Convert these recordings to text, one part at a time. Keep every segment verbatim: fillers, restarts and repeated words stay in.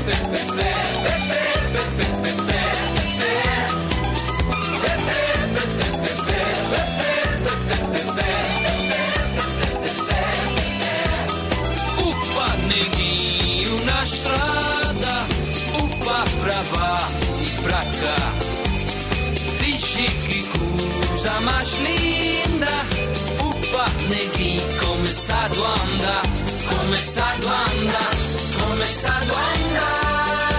Mais linda, upa neghi, começado a andar, começado a andar, começado a andar.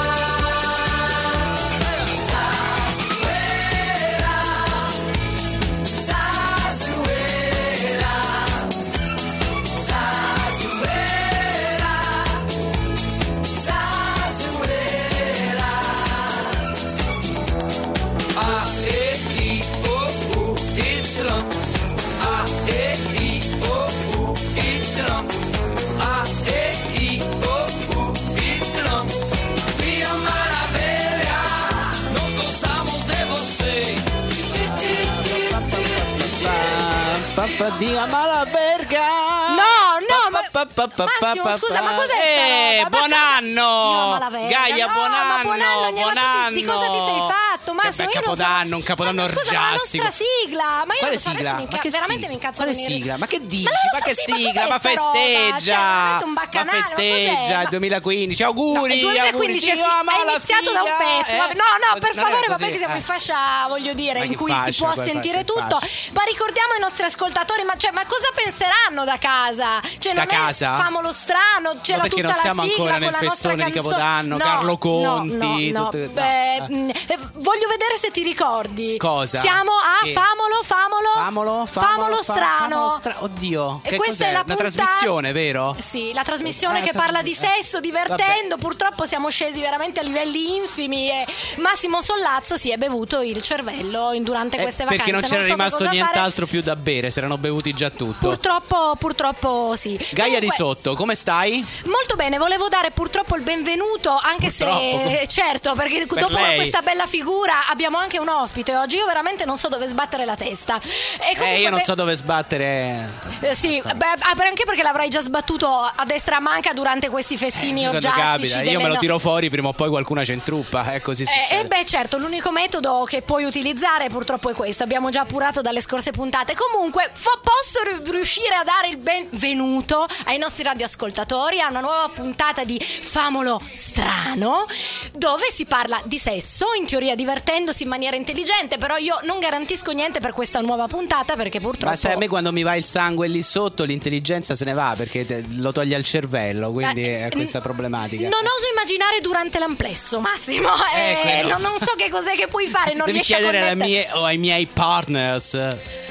Diga mala verga. No, no, ma pa, pa, pa, Massimo, pa, scusa, ma cos'è eh, sta roba? buon anno. Gaia, no, buon ma anno, buon anno, buon anno. Di cosa ti sei fatto, Massimo? Che Io non capodanno, so. un capodanno ma, scusa, ma la orgiastico. nostra sigla. Ma io Quale non so, sigla? adesso mi inca- Ma che veramente sigla? mi incazzo Quale venire. sigla? Ma che dici? Ma, Ma, so, che sì, sigla? ma Ma cos'è sta roba? festeggia. Cioè, veramente un ma baccanale, festeggia ma il duemilaquindici. Auguri. No, il duemilaquindici auguri, è, fi- ma è la iniziato da un figa, pezzo. eh? vabbè. No, no, Così- per non è favore, così, vabbè, che siamo eh. in fascia, voglio dire, Ma in che cui si fascia, può quale sentire fascia, tutto. fascia? Ma ricordiamo ai nostri ascoltatori, ma, cioè, ma cosa penseranno da casa? Cioè, Da non casa? È famolo strano, c'era Ma perché tutta non siamo la sigla ancora con nel la nostra festone di canzone. Capodanno, No, Carlo Conti, no, no, tutto- no. no. Beh, Eh. mh, eh, voglio vedere se ti ricordi. Cosa? Siamo a Che? famolo, famolo, Famolo, famolo, famolo fa- strano. famolo stra- Oddio, E che questa cos'è? è la Una puntata- trasmissione, vero? Sì, la trasmissione Eh, che sta- parla di eh. sesso, divertendo. Purtroppo siamo scesi veramente a livelli infimi e Massimo Sollazzo si è bevuto il cervello in- durante Eh, queste vacanze. perché non c'era so che rimasto cosa nient'altro fare. più da bere, si erano bevuti già tutto. Purtroppo, purtroppo sì. Gaia di Comunque, sotto, come stai? molto bene, volevo dare purtroppo il benvenuto, anche Purtroppo. se certo, perché Per dopo lei. questa bella figura abbiamo anche un ospite oggi. Io veramente non so dove sbattere la testa. E comunque, Eh, io non beh, so dove sbattere. eh, sì, beh, ah, anche perché l'avrai già sbattuto a destra a manca durante questi festini Eh, quando orgiastici. capita, io delle me lo no- tiro fuori, prima o poi qualcuna c'è in truppa, è così Eh, succede. eh beh certo, l'unico metodo che puoi utilizzare purtroppo è questo. Abbiamo già appurato dalle scorse puntate. Comunque fo- posso ri- riuscire a dare il benvenuto ai nostri radioascoltatori a una nuova puntata di Famolo Strano, dove si parla di sesso, in teoria divertendosi in maniera intelligente. Però io non garantisco niente per questa nuova puntata, perché purtroppo Ma sai, a me quando mi va il sangue lì sotto, l'intelligenza se ne va perché te- lo toglie al cervello, quindi Eh, è questa n- problematica. Non oso immaginare durante l'amplesso, Massimo. Eh, Eh, quello. non, non so che cos'è che puoi fare. Non Devi riesci a chiedere alle connettere. mie, o ai miei partners.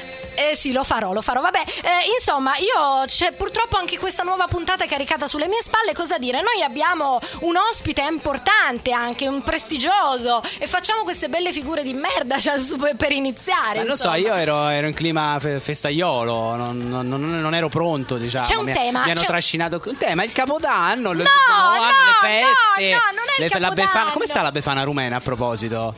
Eh sì, lo farò, lo farò. Vabbè, eh, insomma, io c'è purtroppo anche questa nuova puntata è caricata sulle mie spalle. Cosa dire? Noi abbiamo un ospite importante, anche un prestigioso, e facciamo queste belle figure di merda, cioè, su- per iniziare. Ma lo so, insomma. io ero, ero in clima fe- festaiolo, non, non- non- non ero pronto, diciamo. C'è un mi, tema, Mi hanno c'è- trascinato. Un tema, il capodanno, il No, nuovo anno, no, le feste. no, no, non è il le fe- la Capodanno. Befana. Come sta la Befana rumena a proposito?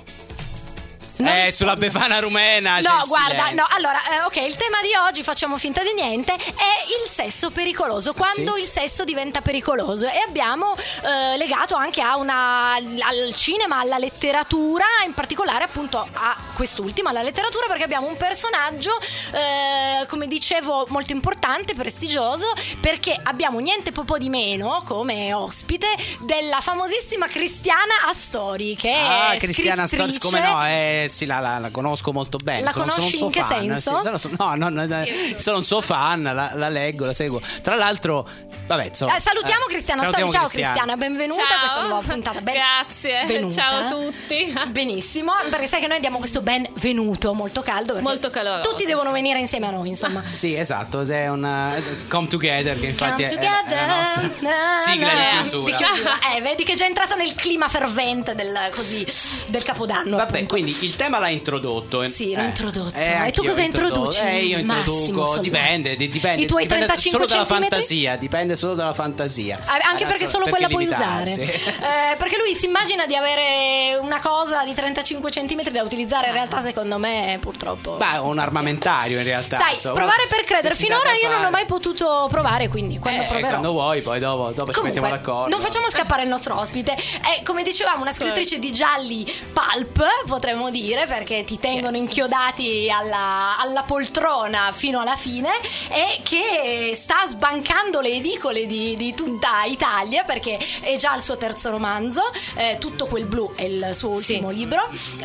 Non eh, rispondo. sulla Befana rumena. c'è No, il guarda, silenzio. no, allora, eh, ok, il tema di oggi, facciamo finta di niente, è il sesso pericoloso, quando sì? il sesso diventa pericoloso, e abbiamo eh, legato anche a una, al cinema, alla letteratura, in particolare appunto a quest'ultima, alla letteratura, perché abbiamo un personaggio, eh, come dicevo, molto importante, prestigioso, perché abbiamo niente po' di meno come ospite della famosissima Cristiana Astori, che Ah, è Cristiana Storz, scrittrice. come no? Eh, sì, la, la- la conosco molto bene. La sono, sono un conosci suo in che fan. senso? Sì, sono, sono- no, no, no, no, sono un suo fan, la, la leggo, la seguo. Tra l'altro, vabbè, insomma. Eh, salutiamo eh, Cristiana salutiamo Astori. Ciao Cristiana. Cristiana, benvenuta a questa nuova puntata. Ben- Grazie. venuta. Ciao a tutti. Benissimo, perché sai che noi diamo questo benvenuto molto caldo, perché Molto caloroso, tutti devono venire insieme a noi, insomma. Sì, esatto, è un uh, come together che infatti Come è, è la nostra na, sigla na, di chiusura. di chiusura. Eh, vedi che è già entrata nel clima fervente del, così, del Capodanno. Vabbè, appunto. quindi il tema l'ha introdotto. Sì, l'ho eh, introdotto. Eh, e tu cosa introduci? Eh, io introduco, Massimo dipende, di- dipende. I tuoi dipende trentacinque solo dalla centimetri? fantasia, dipende solo dalla fantasia. Ah, anche perché Ragazzo, solo perché quella puoi usare. limitarsi? Eh, perché lui si immagina di avere una cosa di trentacinque centimetri da utilizzare, in realtà secondo me purtroppo. Beh, un armamentario in realtà. Sai, insomma. provare per credere. Se si Finora dà da io non ho fare. mai potuto provare, quindi quando Eh, proverò. quando vuoi, poi dopo, dopo ci Comunque, mettiamo d'accordo. non facciamo scappare il nostro ospite. È, come dicevamo, una scrittrice di gialli pulp, potremmo dire, perché ti tengono Yes. inchiodati alla, alla poltrona fino alla fine, e che sta sbancando le edicole di, di tutta Italia, perché è già il suo terzo romanzo, eh, Tutto quel blu è il suo ultimo Sì. libro,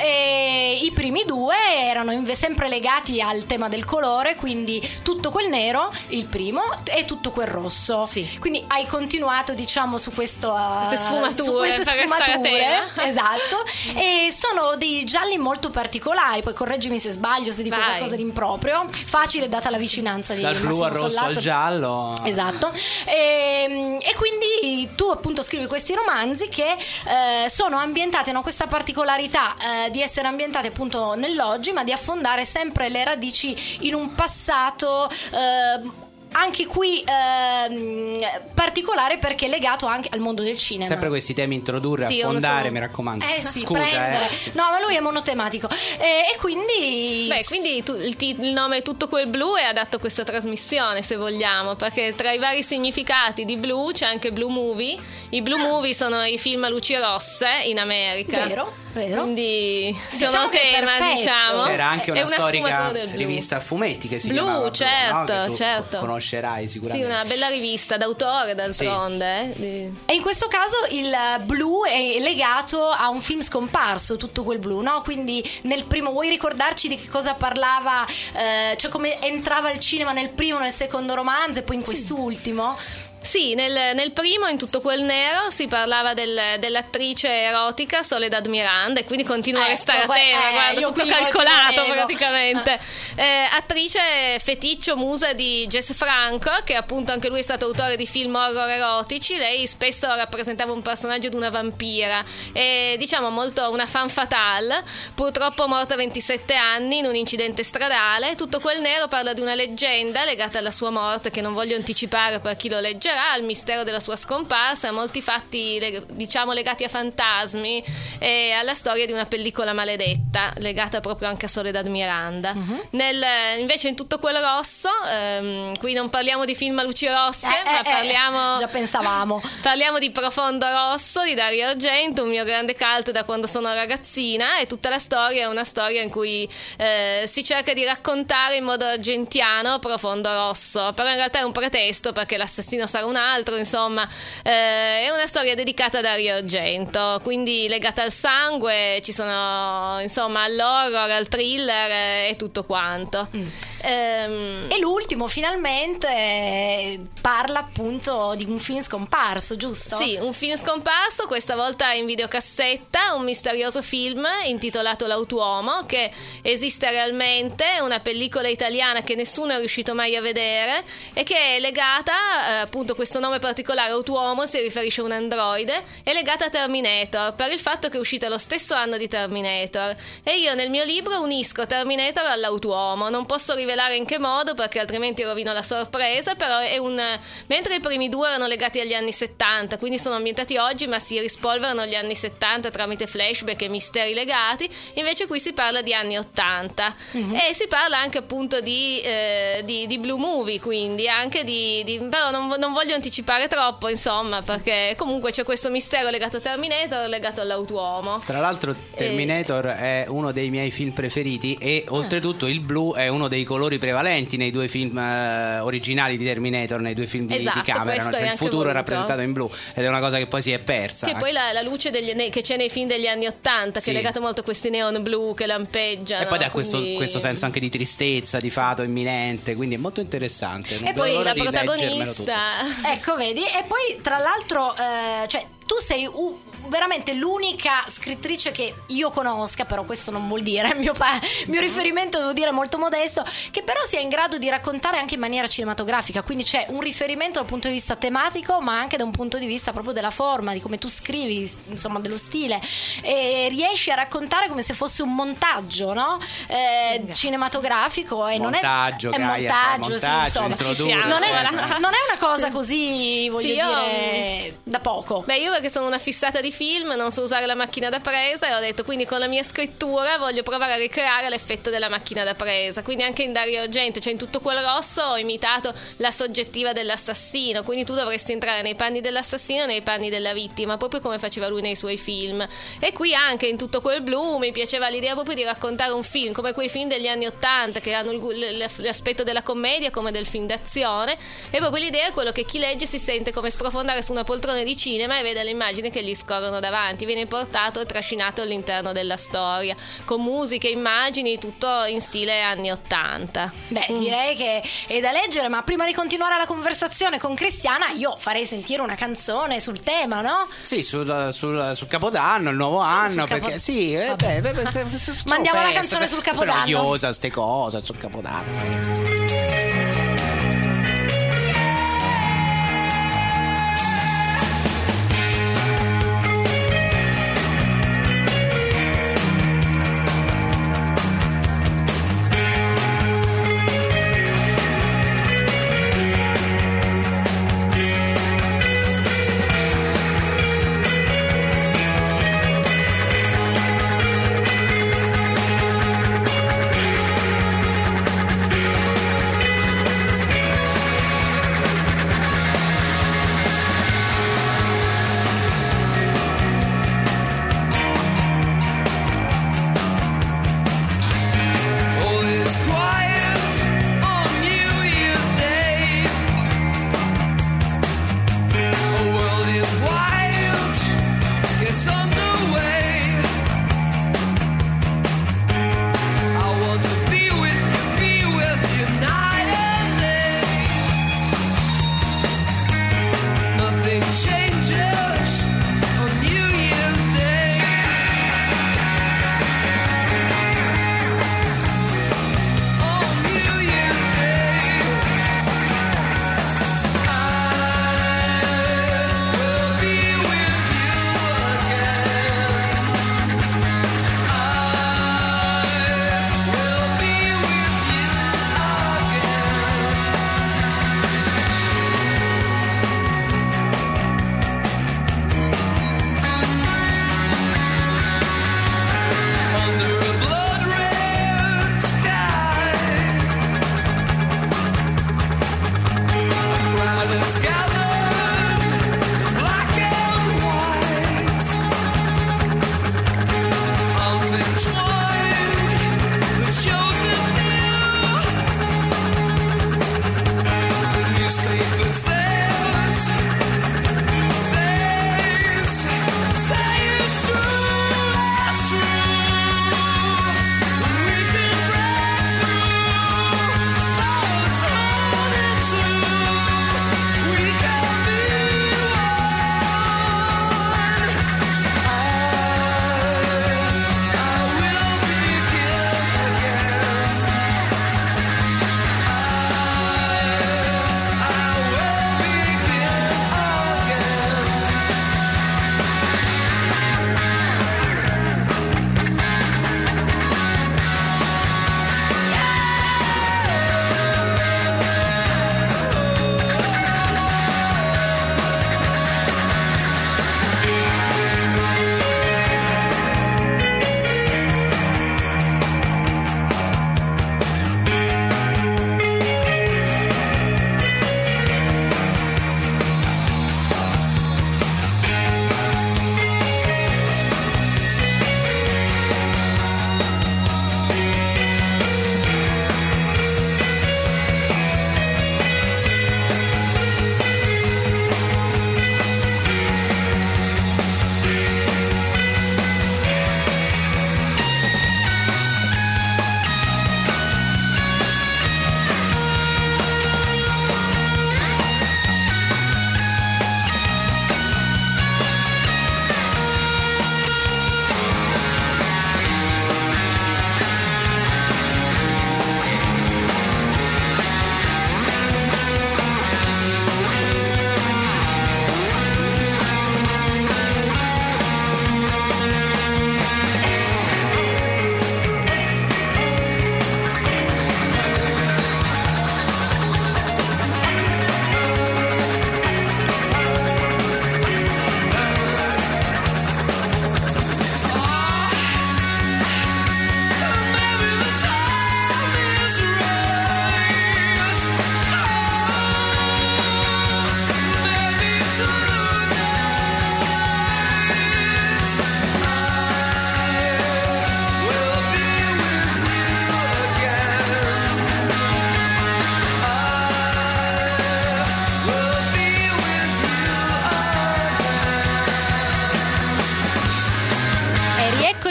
e i primi due erano inve- sempre legati al tema del colore, quindi Tutto quel nero, il primo, e Tutto quel rosso. Sì. Quindi hai continuato, diciamo, su questo uh, Queste sfumature, su queste per restare a sfumature, tema. esatto. E sono dei gialli molto particolari. Poi correggimi se sbaglio, se dico Vai. qualcosa di improprio. Facile data la vicinanza di Dal blu Massimo al rosso Sollazzo. al giallo. Esatto. E, e quindi tu appunto scrivi questi romanzi che eh, sono ambientati, hanno questa particolarità eh, di essere ambientati appunto nell'oggi, ma di affondare sempre le radici in un passato eh, anche qui ehm, particolare, perché legato anche al mondo del cinema. Sempre questi temi introdurre, Sì, affondare, uno mi raccomando. Eh sì, Scusa, prendere. eh. No, ma lui è monotematico. E, e quindi. Beh, quindi tu- il, ti- il nome Tutto quel blu è adatto a questa trasmissione, se vogliamo, perché tra i vari significati di blu c'è anche Blue Movie. I Blue Movie sono i film a luci rosse in America. Vero, vero. Quindi Diciamo sono che è tema, perfetto. diciamo. C'era anche È una, storica sfumatura del blu. rivista a fumetti che si Blu, chiamava Blu, certo, no? Che tu certo. conoscerai Sì, sicuramente. una bella rivista d'autore, d'altronde. eh, di- E in questo caso il blu è legato a un film scomparso, Tutto quel blu, no? Quindi nel primo, vuoi ricordarci di che cosa parlava, eh, cioè come entrava il cinema nel primo, nel secondo romanzo e poi in quest'ultimo? Sì, nel, nel primo, in Tutto quel nero, si parlava del- dell'attrice erotica Soledad Miranda, e quindi continua a Ecco, restare a que- tema, eh, guarda, io tutto qui calcolato volevo. praticamente. Eh, attrice feticcio, musa di Jess Franco, che appunto anche lui è stato autore di film horror erotici. Lei spesso rappresentava un personaggio di una vampira, e diciamo molto una femme fatale, purtroppo morta a ventisette anni in un incidente stradale. Tutto quel nero parla di una leggenda legata alla sua morte, che non voglio anticipare per chi lo leggerà, al mistero della sua scomparsa, a molti fatti leg- diciamo legati a fantasmi, e alla storia di una pellicola maledetta legata proprio anche a Soledad Miranda. Uh-huh. Nel, invece in Tutto quel rosso, ehm, qui non parliamo di film a luci rosse, Eh, ma eh, eh, parliamo già pensavamo. Parliamo di Profondo Rosso di Dario Argento, un mio grande cult da quando sono ragazzina, e tutta la storia è una storia in cui eh, si cerca di raccontare in modo argentiano Profondo Rosso, però in realtà è un pretesto, perché l'assassino sarà un altro, insomma. Eh, è una storia dedicata a Dario Argento, quindi legata al sangue, ci sono insomma all'horror, al thriller eh, e tutto quanto. Mm. Ehm, E l'ultimo finalmente eh, parla appunto di un film scomparso, giusto? Sì, un film scomparso, questa volta in videocassetta, un misterioso film intitolato L'Autuomo, che esiste realmente, è una pellicola italiana che nessuno è riuscito mai a vedere, e che è legata, eh, appunto questo nome particolare, Autuomo, si riferisce a un androide, è legata a Terminator, per il fatto che è uscita lo stesso anno di Terminator, e io nel mio libro unisco Terminator all'Autuomo. Non posso rivelare in che modo, perché altrimenti rovino la sorpresa, però è un... mentre i primi due erano legati agli anni settanta, quindi sono ambientati oggi, ma si rispolverano agli anni settanta tramite flashback e misteri legati, invece qui si parla di anni ottanta. Mm-hmm. E si parla anche appunto di, eh, di, di Blue Movie, quindi anche di, di però non, non voglio anticipare troppo, insomma, perché comunque c'è questo mistero legato a Terminator, legato all'Autuomo. Tra l'altro Terminator e... è uno dei miei film preferiti, e oltretutto il blu è uno dei colori prevalenti nei due film eh, originali di Terminator, nei due film di, Esatto, di Cameron, questo cioè è il anche futuro è voluto. rappresentato in blu, ed è una cosa che poi si è persa. Che poi la, la luce degli, nei, che c'è nei film degli anni ottanta, Sì. che è legato molto a questi neon blu che lampeggiano. E poi dà questo, quindi... questo senso anche di tristezza, di fato imminente, quindi è molto interessante. Non E vedo poi l'ora la di leggermelo tutto. protagonista... Ecco, vedi? E poi tra l'altro, eh, cioè tu sei u- veramente l'unica scrittrice che io conosca, però questo non vuol dire, il mio, pa- mio riferimento devo dire molto modesto, che però sia in grado di raccontare anche in maniera cinematografica, quindi c'è un riferimento dal punto di vista tematico, ma anche da un punto di vista proprio della forma, di come tu scrivi, insomma dello stile, e riesci a raccontare come se fosse un montaggio, no? Eh, cinematografico e montaggio, non è, è Gaia, montaggio, montaggio, sì, insomma. introdurre, non, è, insomma. non è una cosa così, voglio Sì, io- dire, da poco. Beh, io perché sono una fissata di film, non so usare la macchina da presa e ho detto quindi con la mia scrittura voglio provare a ricreare l'effetto della macchina da presa. Quindi anche in Dario Argento, cioè in Tutto quel rosso, ho imitato la soggettiva dell'assassino, quindi tu dovresti entrare nei panni dell'assassino e nei panni della vittima, proprio come faceva lui nei suoi film. E qui anche in Tutto quel blu mi piaceva l'idea proprio di raccontare un film come quei film degli anni ottanta che hanno il gu- l- l'aspetto della commedia come del film d'azione, e proprio l'idea è quello che chi legge si sente come sprofondare su una poltrona di cinema e vede le immagini che gli scorrono davanti, viene portato e trascinato all'interno della storia con musiche, immagini, tutto in stile anni ottanta. Beh, direi che è da leggere, ma prima di continuare la conversazione con Cristiana io farei sentire una canzone sul tema, no? Sì, sul, sul, sul Capodanno, il nuovo anno, sul Capo- perché sì, eh, beh, beh, beh, se- se- Mandiamo la festa, canzone se- sul Capodanno. Però noiosa ste cose sul Capodanno.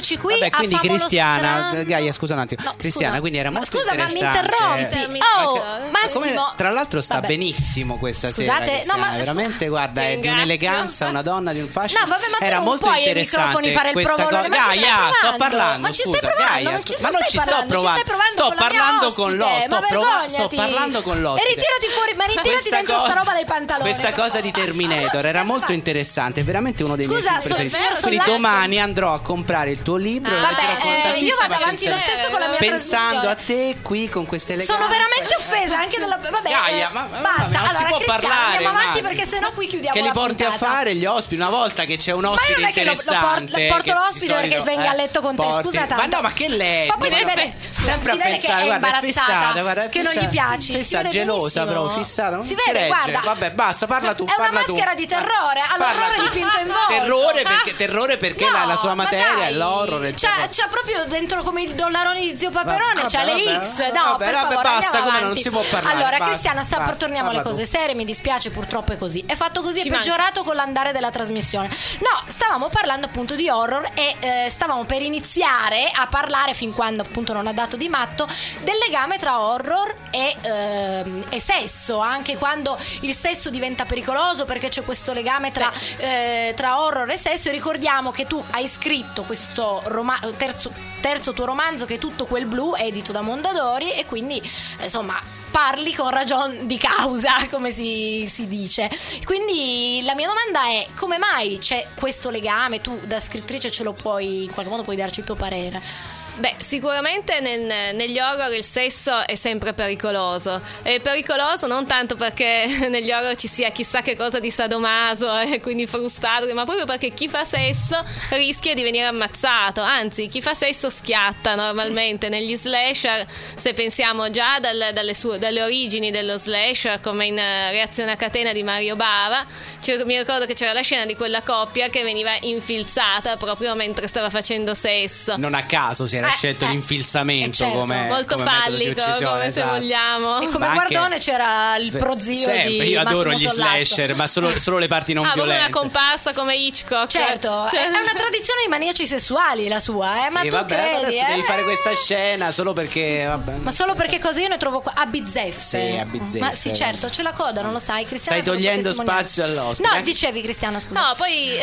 eccoci qui. Vabbè, a quindi Famolo Cristiana, Strano. Gaia, scusa un attimo. No, Cristiana, scusa. quindi era Ma molto scusa, ma mi interessante. interrompi. Eh, Oh, come- Massimo. Come, tra l'altro sta Vabbè. benissimo questa Scusate, sera, Cristiana, no, ma- veramente, guarda, è di Ringrazio. un'eleganza, una donna di un fascino. No, vabbè, ma tu era non molto puoi ai interessante microfoni fare il questa provolone, cosa. ma ci stai Gaia, sto provando? parlando, Ma ci stai scusa, provando? Gaia, Non ci- scusa, non ma non stai ci sto parlando, ci provando. stai provando Sto con la mia parlando con ospite, l'ospite, ma sto provando, sto vergognati. parlando con l'ospite. E ritirati fuori, ma ritirati Questa dentro sta cosa- roba dai pantaloni. Questa cosa di Terminator Ma era non ci molto stai interessante, è veramente uno dei Scusa, miei film so- preferiti. vero, Quindi Sollazzo. domani andrò a comprare il tuo libro Ah, e Vabbè, leggerò con eh, io tantissima vado avanti lo attenzione. stesso con la mia Pensando a trasmissione. te qui con questa eleganza. Sono veramente offesa anche della. Vabbè, Gaia, eh, ma- ma- basta. ma non si allora, può Cristiano, parlare andiamo un avanti attimo. perché sennò qui chiudiamo Che li la porti a puntata. fare gli ospiti una volta che c'è un Ma io ospite non è che lo, lo, porto, interessante. lo porto che l'ospite di perché solito, venga a eh, letto con te. porti- Scusa tanto. Ma no, ma che lei? Ma poi si sempre- vede, scusa, sempre si a vede che pensare, è guarda, imbarazzata, fissata, guarda, è che non gli fissata, piaci. Si fissata, vede gelosa, benissimo. proprio fissata. Non Si si vede, regge. guarda. Vabbè, basta, parla tu. È una parla tu. maschera di terrore. Allora, Parla l'horrore tu. dipinto in volto. Terrore perché, terrore perché la, la sua No, ma materia dai. è l'horror. il C'ha, terrore. c'ha proprio dentro come il dollarone di zio Paperone, Vabbè, c'ha le vabbè, X. vabbè, No, vabbè, per vabbè, favore, basta, andiamo come avanti. non si può parlare, Allora, basta, Cristiana, sta, basta, torniamo alle parla tu. cose serie. Mi dispiace, purtroppo è così. È fatto così, Ci è manca. peggiorato con l'andare della trasmissione. No, stavamo parlando appunto di horror e eh, stavamo per iniziare a parlare, fin quando appunto non ha dato di matto, del legame tra horror e, ehm, e sesso. Anche quando il sesso diventa pericoloso, perché c'è questo legame tra, eh, tra horror e sesso. Ricordiamo che tu hai scritto questo roma- terzo, terzo tuo romanzo, che è Tutto quel blu, edito da Mondadori, e quindi insomma parli con ragion di causa, come si, si dice. Quindi la mia domanda è: come mai c'è questo legame? Tu da scrittrice ce lo puoi, in qualche modo puoi darci il tuo parere? Beh, sicuramente nel- negli horror il sesso è sempre pericoloso. È pericoloso non tanto perché negli horror ci sia chissà che cosa di sadomaso e quindi frustrato, ma proprio perché chi fa sesso rischia di venire ammazzato. Anzi, chi fa sesso schiatta normalmente. Negli slasher, se pensiamo già dal- dalle, sue- dalle origini dello slasher, come in eh, Reazione a catena di Mario Bava, cioè, mi ricordo che c'era la scena di quella coppia che veniva infilzata proprio mentre stava facendo sesso. Non a caso si era Eh, scelto eh, l'infilzamento eh, certo. come Molto come metodo di fallico, uccisione, come se esatto. vogliamo. E come Ma anche- guardone c'era il prozio Sempre, di io adoro Massimo gli Sollazzo. slasher, ma solo, solo le parti non Ah, come violente. una comparsa come Hitchcock. Certo, Cioè- è una tradizione di maniaci sessuali la sua, eh? Ma Sì, tu vabbè, credi? adesso eh? devi fare questa scena solo perché vabbè, Ma solo perché così io ne trovo qua a bizzeffe. Sì, a bizzeffe. Ma sì, certo, c'è la coda, non lo sai, Cristiana. Stai te lo può togliendo testimoniare. spazio all'ospite. No, Anche- dicevi Cristiana, scusa. No, poi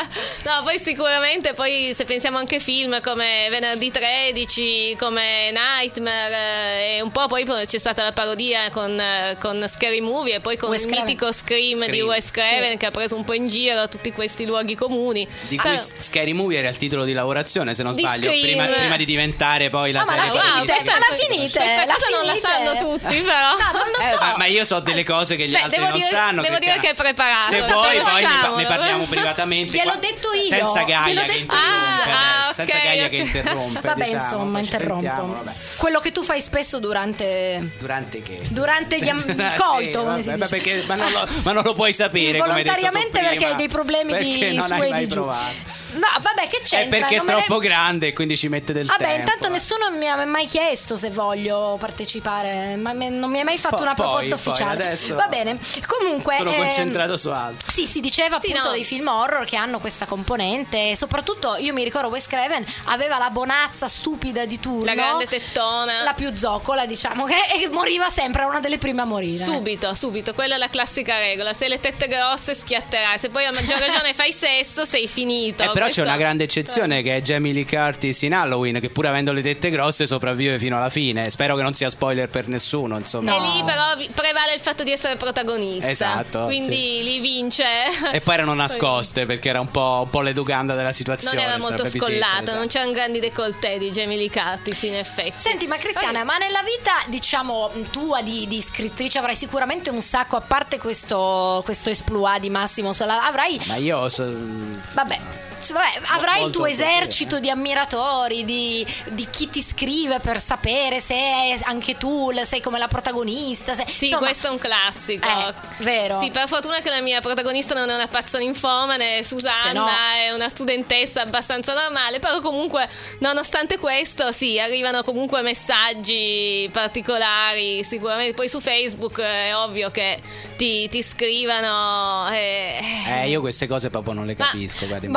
no, poi sicuramente poi se pensiamo anche a film come Venerdì tredici, come Nightmare, eh, e un po' poi c'è stata la parodia con, eh, con Scary Movie e poi con Wes il Craven. mitico Scream, Scream. di Wes Craven, Sì. che ha preso un po' in giro tutti questi luoghi comuni. Di Ah, cui Scary Movie era il titolo di lavorazione, se non Di sbaglio, Scream. prima, prima di diventare poi la No, ma serie la televisiva. finite, questa- ma la finite, questa la cosa non la finite. sanno tutti, però. No, non lo Eh, so. ma, ma io so delle cose che gli Beh, altri devo non dire- sanno. devo Cristiana. dire che è preparato. Se Lo vuoi, sappiamo, poi ne, pa- lasciamolo. ne parliamo privatamente. Gliel'ho qua- detto io, Senza Gaia gliel'ho che detto interrompe. io. Ah, adesso, senza ok, Gaia ok. che interrompe. Vabbè, diciamo, insomma, poi ci interrompo. sentiamo, vabbè. Quello che tu fai spesso durante Durante che? durante gli am- il Ah, coito, sì, come si vabbè, dice. perché- ma, non lo, ma non lo puoi sapere come hai detto tu Involontariamente perché prima. hai dei problemi Perché di non su hai e mai di giù. provato. No, vabbè, che c'entra? È perché è Non me ne- troppo grande e quindi ci mette del Vabbè, tempo. intanto eh. nessuno mi ha mai chiesto se voglio partecipare, ma me- non mi ha mai fatto Po- una poi, proposta poi, ufficiale. adesso Va bene. Comunque Sono ehm, concentrato su altro. Sì, si diceva Sì, appunto no. dei film horror che hanno questa componente, e soprattutto io mi ricordo Wes Craven aveva la bonazza stupida di turno, La grande tettona. la più zoccola, diciamo, che e moriva sempre, era una delle prime a morire. Subito, subito, quella è la classica regola. Se hai le tette grosse schiatterai, se poi a maggior ragione fai sesso sei finito. Eh, però Questo- c'è una grande eccezione che è Jamie Lee Curtis in Halloween, che pur avendo le tette grosse sopravvive fino alla fine. Spero che non sia spoiler per nessuno, insomma. No. E lì però vi- prevale il fatto di essere protagonista. Esatto, Quindi lì vince. E poi erano nascoste perché era un po', un po' l'educanda della situazione. Non era insomma, molto babysitter, scollato, esatto. non c'erano grandi décolleté di Jamie Lee Curtis in effetti. Senti, ma Cristiana, ma nella vita, diciamo, tua di, di scrittrice avrai sicuramente un sacco, a parte questo, questo esploit di Massimo Sola, avrai, Ma io so- vabbè, s- vabbè, avrai il molto tuo così, esercito eh. di ammiratori, di, di chi ti scrive per sapere se anche tu l- sei come la protagonista. Se, Sì, insomma, questo è un classico. Eh, vero. Sì, per fortuna che la mia protagonista non è una pazza ninfomane, Susanna Se no- è una studentessa abbastanza normale, però comunque nonostante questo sì, arrivano comunque messaggi particolari, sicuramente poi su Facebook è ovvio che ti, ti scrivano. E... Eh, io queste cose proprio non le Ma- capisco. guardi. Vai, immagino.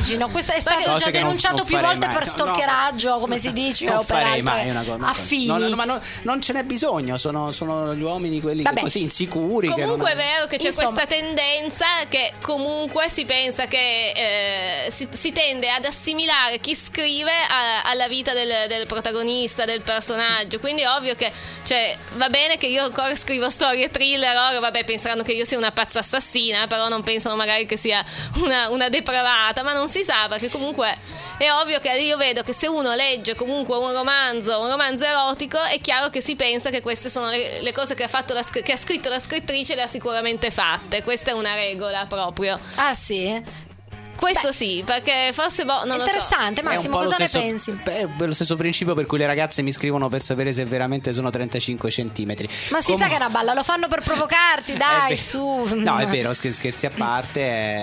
immagino. Questo è stato Cose già che non- denunciato non più farei volte mai. per No, stalkeraggio, no. come si dice, Non o per farei altre mai una cosa. affini. No, no, no, ma non, non ce n'è bisogno. Sono, sono gli uomini quelli Vabbè. che così insicuri. Comunque che è non... vero che c'è Insomma. questa tendenza che comunque si pensa che eh, si, si tende ad assimilare chi scrive a- alla vita del, del protagonista, del personaggio. Quindi è ovvio che, cioè, va bene che io ancora scrivo storie thriller, ora vabbè, penseranno che io sia una pazza assassina, però non pensano magari che sia una, una depravata, ma non si sa, perché comunque è ovvio che io vedo che se uno legge comunque un romanzo, un romanzo erotico, è chiaro che si pensa che queste sono le, le cose che ha, fatto la, scr- che ha scritto la scrittrice, le ha sicuramente fatte. Questa è una regola proprio. Ah sì? Questo Beh, sì, perché forse boh, non lo so. interessante, È un Massimo, po' lo cosa ne stesso, pensi? beh, è lo stesso principio per cui le ragazze mi scrivono per sapere se veramente sono trentacinque centimetri. Ma si sa che è una balla, lo fanno per provocarti, dai, È ve- su. No, è vero, scher- scherzi a parte.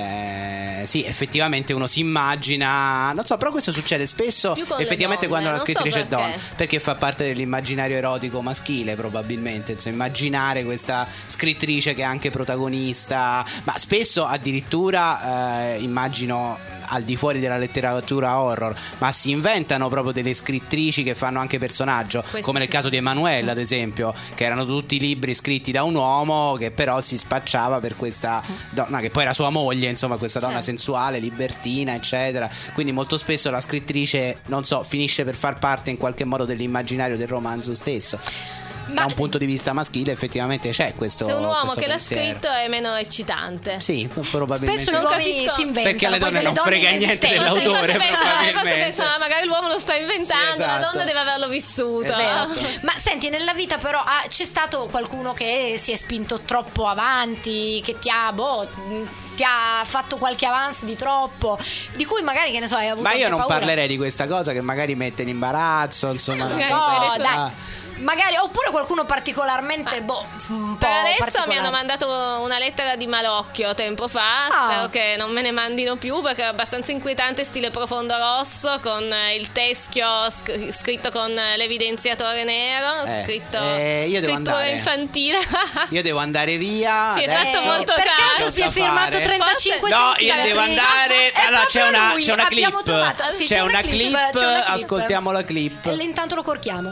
eh, sì, effettivamente uno si immagina. Non so, però questo succede spesso. Più con le Effettivamente, donne, quando la non so scrittrice è perché. donna, perché fa parte dell'immaginario erotico maschile, probabilmente. Insomma, immaginare questa scrittrice che è anche protagonista. Ma spesso addirittura eh, immagino. Al di fuori della letteratura horror, ma si inventano proprio delle scrittrici che fanno anche personaggio, Questo come nel sì. caso di Emanuele, ad esempio, che erano tutti libri scritti da un uomo che però si spacciava per questa donna, che poi era sua moglie, insomma, questa donna Certo. sensuale, libertina, eccetera. Quindi molto spesso la scrittrice, non so, finisce per far parte in qualche modo dell'immaginario del romanzo stesso. Ma- Da un punto di vista maschile effettivamente c'è questo Se un uomo questo che l'ha pensiero. scritto è meno eccitante. Sì, probabilmente. Spesso gli Non uomini capisco- si inventano, Perché alle poi donne delle non frega niente inesistenti. dell'autore. Forse pensano, forse probabilmente. pensano, magari l'uomo lo sta inventando, Sì, esatto. la donna deve averlo vissuto. Esatto. Ma senti, nella vita però ah, c'è stato qualcuno che si è spinto troppo avanti, che ti ha, boh, ti ha fatto qualche avance di troppo, di cui magari, che ne so, hai avuto Ma io anche non paura? parlerei di questa cosa che magari mette in imbarazzo, insomma. Non una so, cosa- dai. Magari, oppure qualcuno particolarmente, boh, un po' Per adesso mi particolare. hanno mandato una lettera di malocchio tempo fa. Ah. Spero che non me ne mandino più, perché è abbastanza inquietante, stile profondo rosso, con eh, il teschio sc- scritto con l'evidenziatore nero, Eh, scritto eh, io devo scrittura andare. infantile. Io devo andare via. Si è adesso. fatto molto Per caro. caso si è da firmato fare. trentacinque No, centimetri? io devo andare. È Allora c'è proprio una, lui, c'è una abbiamo clip. trovato- sì, c'è, una clip, c'è una clip. ascoltiamo la clip. E intanto lo corchiamo.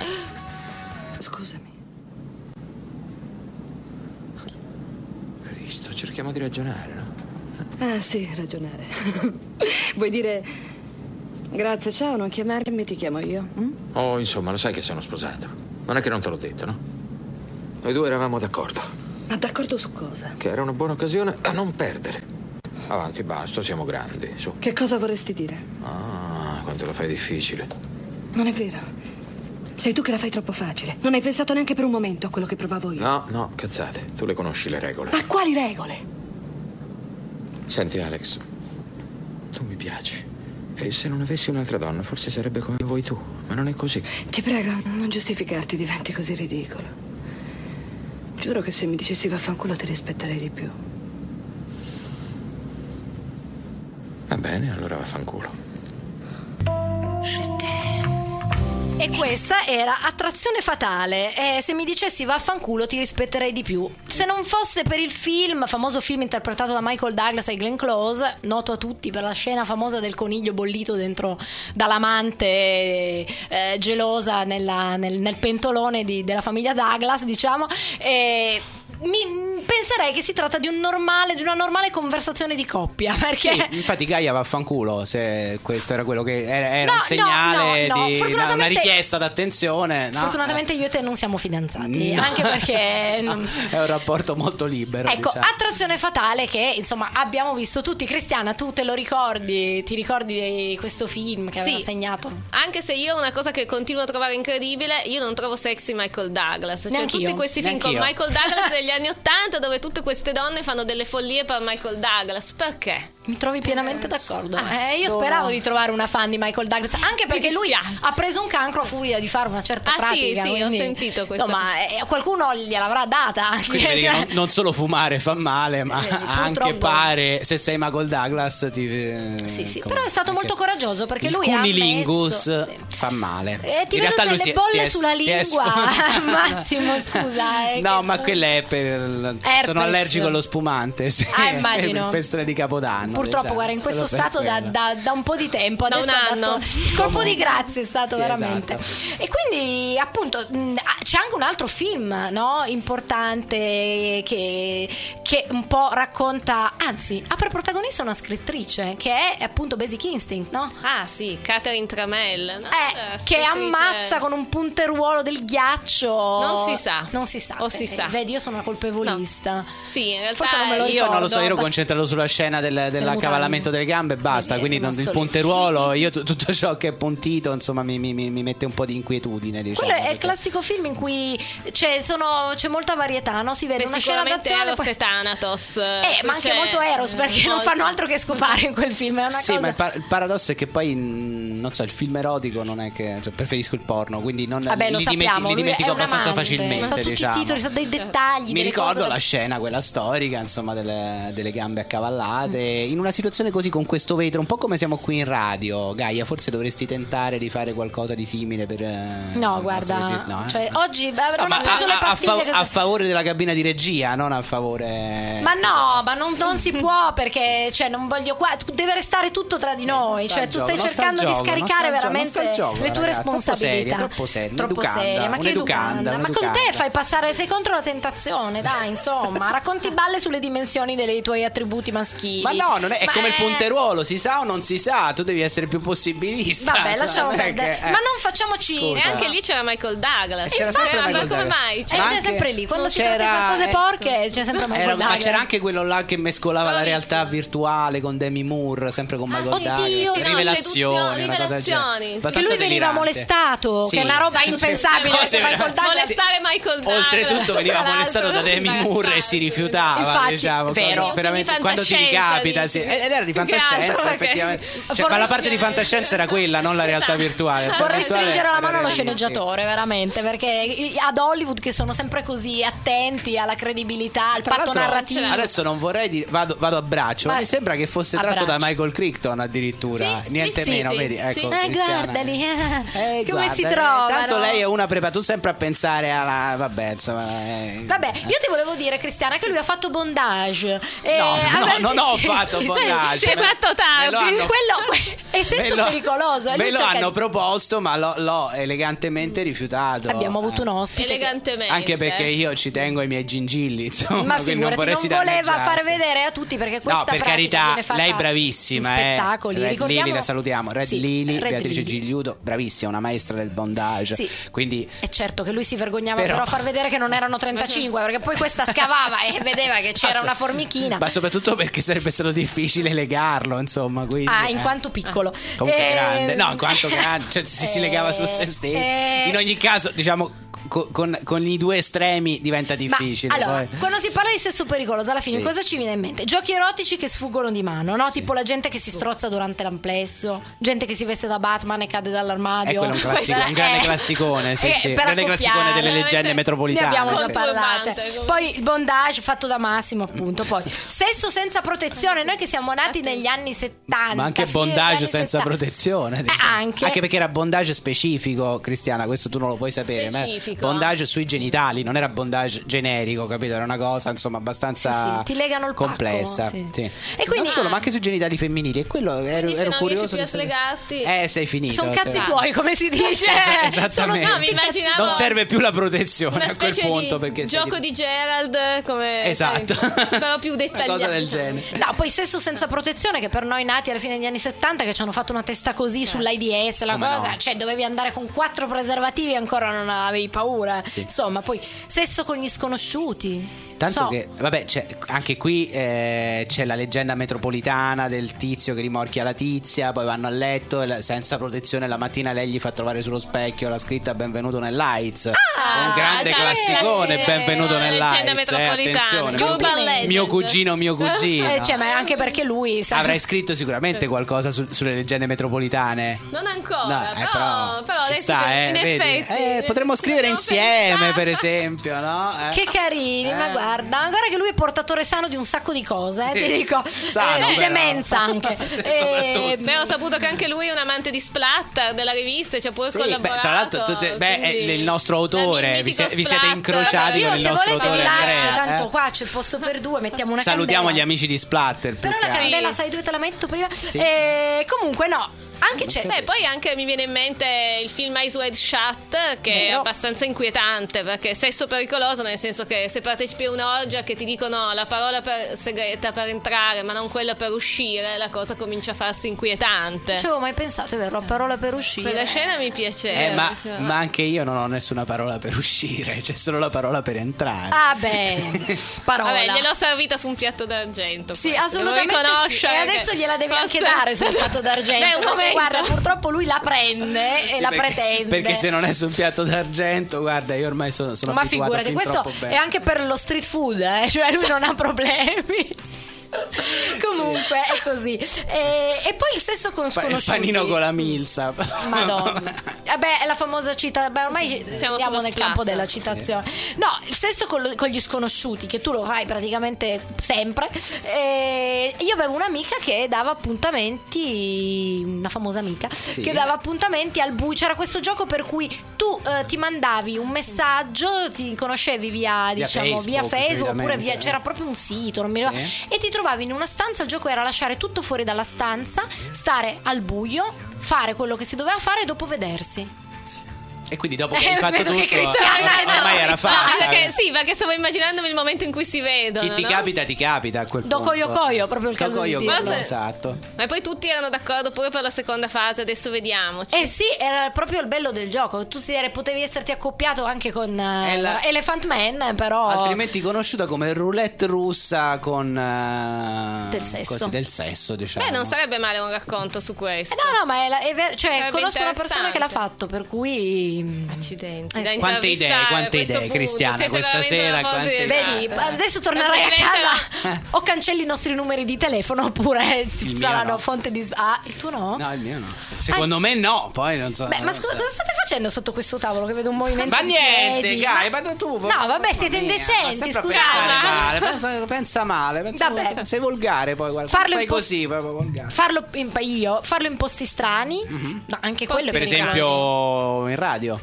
Scusami. Cristo, cerchiamo di ragionare, no? Ah sì, ragionare. Vuoi dire grazie, ciao, non chiamarmi, ti chiamo io? mm? Oh, insomma, lo sai che sono sposato. Non è che non te l'ho detto, no? Noi due eravamo d'accordo. Ma d'accordo su cosa? Che era una buona occasione a non perdere. Avanti, basta, siamo grandi, su. Che cosa vorresti dire? Ah, quanto la fai difficile. Non è vero. Sei tu che la fai troppo facile. Non hai pensato neanche per un momento a quello che provavo io. No, no, cazzate. Tu le conosci le regole. Ma quali regole? Senti, Alex, tu mi piaci. E se non avessi un'altra donna, forse sarebbe come vuoi tu. Ma non è così. Ti prego, non giustificarti, diventi così ridicolo. Giuro che se mi dicessi vaffanculo ti rispetterei di più. Va bene, allora vaffanculo. E questa era Attrazione fatale. E se mi dicessi vaffanculo ti rispetterei di più. Se non fosse per il film, famoso film interpretato da Michael Douglas e Glenn Close, noto a tutti per la scena famosa del coniglio bollito dentro dall'amante eh, gelosa nella- nel, nel pentolone di- della famiglia Douglas, diciamo. E mi penserei che si tratta di un normale, di una normale conversazione di coppia, perché Sì, infatti Gaia vaffanculo, se questo era quello che era, era No, un segnale no, no, di una, fortunatamente- una richiesta d'attenzione. No? fortunatamente io e te non siamo fidanzati, No. anche perché non- è un rapporto molto libero. Ecco, diciamo. Attrazione fatale che insomma abbiamo visto tutti. Cristiana, tu te lo ricordi? Ti ricordi di questo film che aveva Sì. segnato? Anche se io una cosa che continuo a trovare incredibile, io non trovo sexy Michael Douglas. Cioè Neanch'io. tutti questi film con Neanch'io. Michael Douglas degli anni ottanta, dove tutte queste donne fanno delle follie per Michael Douglas. Perché? Mi trovi pienamente d'accordo. Ah, Eh, io sono- speravo di trovare una fan di Michael Douglas, anche perché lui dispiace. ha preso un cancro a furia di fare una certa Ah, sì, pratica. sì, ho quindi, sentito questa Insomma, eh, qualcuno gliel'avrà data anche. Quindi vedi che cioè- non, non solo fumare fa male, ma Eh, anche purtroppo- pare, se sei Michael Douglas ti, eh, Sì, sì, come- però è stato molto perché coraggioso, perché il lui ha cunilingus ammesso- sì. fa male. Eh, ti In vedo realtà lui delle si è- bolle si è- sulla si è lingua. sf- Massimo, scusa, eh, No, che- ma quella è per Herpes. sono allergico allo spumante, sì, Ah, immagino. per il festone di Capodanno. purtroppo, diciamo, guarda, in questo solo per stato da, quello. da, da un po' di tempo. Da Adesso un ha anno. dato- il colpo di grazia è stato Sì, veramente. esatto. E quindi, appunto, mh, c'è anche un altro film, no? Importante che, che un po' racconta, anzi, ha per protagonista una scrittrice che è appunto Basic Instinct, no? Ah sì, Catherine Tramell, no? Eh, Eh, che scrittrice- ammazza con un punteruolo del ghiaccio. Non si sa. Non si sa. O se- si sa. Vedi, io sono una colpevolista. Sì, in realtà Forse non me lo Io non lo so, io ero ricordo. concentrato sulla scena del, dell'accavallamento delle gambe e basta, Eh, quindi non, il rimasto lì. punteruolo, io tu- tutto ciò che è puntito, insomma, mi, mi- mi- mi mette un po' di inquietudine, diciamo. Quello è il perché- classico film in cui c'è, sono- c'è molta varietà, no? Si vede Beh, una scena sicuramente d'azione Eros poi- e Thanatos. Eh, ma anche Cioè, molto Eros, eh, perché non molto. fanno altro che scopare in quel film. È una Sì, cosa. ma il, par- il paradosso è che poi, mh, non so, il film erotico non è che, cioè, preferisco il porno, quindi non, Vabbè, lo li, sappiamo, dimentico, li lui dimentico è un abbastanza amante. facilmente, Sa tutti diciamo. i titoli, sa dei dettagli. Mi delle ricordo cose. la scena, quella storica, insomma, delle, delle gambe accavallate. In una situazione così, con questo vetro, un po' come siamo qui in radio, Gaia, forse dovresti tentare di fare qualcosa di simile per. eh, No, il guarda, nostro regista- no, eh? cioè, oggi beh, No, non ma ho preso a, le a- a pastiglie fa- che a favore della cabina di regia, non a favore. Ma no, ma non, non si può, perché cioè non voglio qua, deve restare tutto tra di noi, sta cioè il tu gioco, stai non sta cercando il di gioco, non scaricare sta il gioco, veramente non sta il gioco, le tue ragazzi, troppo responsabilità. seria, troppo seria, Troppo un'educanda, seria, ma che un'educanda, educanda? Ma con te un'educanda. fai passare, sei contro la tentazione, dai, insomma, racconti balle sulle dimensioni dei tuoi attributi maschili. Ma no, non è, è Ma come il è- punteruolo, si sa o non si sa, tu devi essere più possibilista. Vabbè, insomma, lasciamo non è perdere. che- eh. Ma non facciamoci. Scusa. E anche lì c'era Michael Douglas. C'era sempre ma Michael come Douglas. mai? E Cioè, Ma c'è anche- sempre lì, quando si c'era- tratta di fare cose eh, porche, c'è sempre Michael Era- ma Douglas. c'era anche quello là che mescolava la Bravissimo. realtà virtuale con Demi Moore, sempre con Michael oddio, Douglas. sì, no, Rivelazioni, una cosa del genere. rivelazioni. Che Abbastanza lui veniva delirante. molestato, Sì. che è una roba impensabile. Cose perché Michael Douglas- molestare Michael Douglas. Oltretutto veniva Tra l'altro, molestato da Demi infatti. Moore e si rifiutava, Infatti, diciamo, vero. cose veramente Di quando ti fantascienza, ricapita, dici. sì. Ed era di Più che altro fantascienza, perché- effettivamente. Cioè, ma Vorrei- la parte di fantascienza era quella, non la realtà virtuale. La Vorrei virtuale stringere la era mano allo realistica. sceneggiatore, veramente, perché i- ad Hollywood che sono sempre così attenti alla credibilità, al Tra patto l'altro, narrativo. adesso non vorrei dire, vado, vado a braccio, ma Vai. mi sembra che fosse A tratto da braccio. Michael Crichton addirittura, Sì, niente sì, meno, sì, vedi? sì. Ecco, Eh, Eh, Cristiana. guardali, eh. Eh, come guarda, si eh, trovano. Tanto lei è una prepa, tu sempre a pensare alla vabbè, insomma, eh. Vabbè, io ti volevo dire, Cristiana, che lui ha fatto bondage. Eh, No, no, vabbè, non ho sì, fatto sì, bondage. si è Me- fatto tardi. me lo hanno- Quello è sesso me lo- pericoloso. e lui Me lo cerca hanno di- proposto, ma l'ho, l'ho elegantemente rifiutato. Abbiamo avuto Eh. un ospite. che- Elegantemente. Anche perché io ci tengo ai miei gingilli, insomma, Ma quindi non figurati, non, vorresti voleva danneggiarsi. far vedere a tutti perché questa No, per pratica carità, viene fatta lei è bravissima, in eh. spettacoli. Red Ricordiamo... Lily, la salutiamo. Red Sì, Lily, Red Beatrice Lily. Gigliuto, bravissima, una maestra del bondage. Sì. Quindi È certo che lui si vergognava però, Però- a far vedere che non erano trentacinque, perché poi questa scavava e vedeva che c'era Ma una so- formichina. Ma soprattutto perché sarebbe stato difficile legarlo, insomma, quindi, Ah, in eh. quanto piccolo. Comunque Eh, grande. No, in quanto grande, cioè si, si eh, legava su se stesso. eh, In ogni caso, diciamo, co- con, con i due estremi diventa Ma, difficile. allora, poi. quando si parla di sesso pericoloso, alla fine Sì. cosa ci viene in mente? Giochi erotici che sfuggono di mano, no? Tipo la gente che si strozza durante l'amplesso, gente che si veste da Batman e cade dall'armadio. Eh, quello è un classico- Questa un grande è- classicone, sì, eh, sì, per grande classicone accoppiare. delle leggende veramente- metropolitane. Ne abbiamo già sì. parlate. Turbante, come- Poi il bondage fatto da Massimo, appunto. Poi sesso senza protezione. Noi che siamo nati negli anni settanta. Ma anche fine degli bondage anni senza settanta. protezione, diciamo. anche. perché era bondage specifico, Cristiana, questo tu non lo puoi sapere. ma Specifico. Bondage sui genitali, non era bondage generico, capito? Era una cosa insomma abbastanza Sì, sì, ti legano il pacco, complessa. sì. Sì. E quindi- non solo, ma anche sui genitali femminili. E quello ero, Quindi se ero non curioso riesci più di a sapere. slegarti- Eh, sei finito. Sono cazzi Cioè, tuoi, come si dice. Esattamente. Sono No, mi tutti cazzi- immaginavo non serve più la protezione una a quel specie punto di perché sei gioco di- di Gerald come Esatto. sai, però più Una dettagliato. cosa del genere. No, poi sesso senza protezione, che per noi nati alla fine degli anni settanta, che ci hanno fatto una testa così sull'AIDS, la Come cosa, no? cioè dovevi andare con quattro preservativi e ancora non avevi paura. Sì. Insomma, poi sesso con gli sconosciuti. Tanto So. che, vabbè, c'è, anche qui eh, c'è la leggenda metropolitana del tizio che rimorchia la tizia, poi vanno a letto e la- senza protezione la mattina lei gli fa trovare sullo specchio la scritta benvenuto nell'A I D S. un grande già, classicone, eh, benvenuto leggenda nell'A I D S. Eh, metropolitana, attenzione, mio, Urban Legend. mio cugino, mio cugino. Eh, cioè, ma anche perché lui sa- Avrai scritto sicuramente qualcosa su- sulle leggende metropolitane. Non ancora, No, eh, però, però ci adesso sta, che- eh, in vedi? effetti Eh, potremmo scrivere abbiamo insieme, pensato. per esempio, no? Eh. Che carini, ma Eh, guarda, guarda, guarda che lui è portatore sano di un sacco di cose, eh, ti dico. Sano, eh, di però. demenza anche. eh, Beh, ho saputo che anche lui è un amante di splatter della rivista, ci ha pure Sì, collaborato. beh, tra l'altro tu- beh, è quindi- il nostro autore, il vi, si- mitico vi siete splatter. incrociati io con il se nostro volete vi autore lascio, Andrea, tanto eh. qua c'è il posto per due, mettiamo una Salutiamo candela. gli amici di Splatter. Però più la che altro. candela, sai dove te la metto prima? Eh, comunque no. Anche c'è. Beh, poi anche mi viene in mente il film Eyes Wide Shut, che è Vero. abbastanza inquietante, perché è sesso pericoloso, nel senso che se partecipi a un'orgia che ti dicono la parola per- segreta per entrare ma non quella per uscire, la cosa comincia a farsi inquietante. Non ci avevo mai pensato, è vero, la parola per uscire. Quella scena mi piaceva. Eh, ma, cioè, ma anche io non ho nessuna parola per uscire, c'è solo la parola per entrare. Ah beh, parola. Vabbè, gliel'ho servita su un piatto d'argento. Sì, questa, assolutamente devo sì. riconoscere E adesso che gliela devi forse- anche dare sul piatto d'argento. Beh, un perché, momento. guarda, purtroppo lui la prende e Sì, la perché- pretende. Perché se non è sul piatto d'argento, guarda, io ormai sono, sono Ma abituato figurati, fin questo troppo bene. è anche per lo street food, eh? Cioè lui non ha problemi. Comunque è così. E, e poi il sesso con Pa- il sconosciuti. panino con la milza. Madonna. Vabbè, è la famosa cita. Beh, ormai Siamo siamo sullo nel campo splatter. della citazione. No, il sesso con, lo- con gli sconosciuti, che tu lo fai praticamente sempre. E io avevo un'amica che dava appuntamenti, una famosa amica, che dava appuntamenti al buio. C'era questo gioco per cui tu eh, ti mandavi un messaggio, ti conoscevi via, Via diciamo, Facebook, via Facebook, oppure solitamente, via, eh. c'era proprio un sito, non mi ricordo, Sì. e ti trovavi in una stanza. Il gioco era lasciare tutto fuori dalla stanza, stare al buio, fare quello che si doveva fare e dopo vedersi. E quindi dopo che hai Eh, fatto vedo che tutto, Cristiano- eh, ormai era No, fatta. perché, sì, perché stavo immaginandomi il momento in cui si vedono. Chi ti no? capita, ti capita a quel Do punto. coio coio, proprio il caso Do coio di coio, dirlo. esatto. Ma poi tutti erano d'accordo pure per la seconda fase, adesso vediamoci. Eh sì, era proprio il bello del gioco. Tu si eri- potevi esserti accoppiato anche con eh, È la- Elephant Man, però. Altrimenti conosciuta come roulette russa con eh, Del sesso. così, del sesso, diciamo. Beh, non sarebbe male un racconto su questo. Eh, no, no, ma è, la- è vero. Cioè, Sarebbe conosco una persona interessante. che l'ha fatto, per cui. Accidenti. Eh, da sì. Quante idee, intervistare a quante questo idee, punto. Cristiana, Siete questa veramente sera, una quante fonte di idee. Vedi, risate. adesso tornerai a Praticamente casa o cancelli i nostri numeri di telefono oppure Il saranno mio no. fonte di. Ah, il tuo no? No, il mio no. Secondo me no, poi non so. Beh, non ma lo scusa, so. cosa state facendo sotto questo tavolo? Che vedo un movimento Ma di niente, piedi? dai, Ma- ma tu. No, vabbè, mamma siete mia, indecenti, sempre a scusate. pensare male, pensa, pensa male, pensa Vabbè. sei volgare poi, guarda. Farlo fai in post- così, proprio volgare. Farlo in, io, farlo in posti strani, no, anche quello è Per pericoloso. esempio in radio.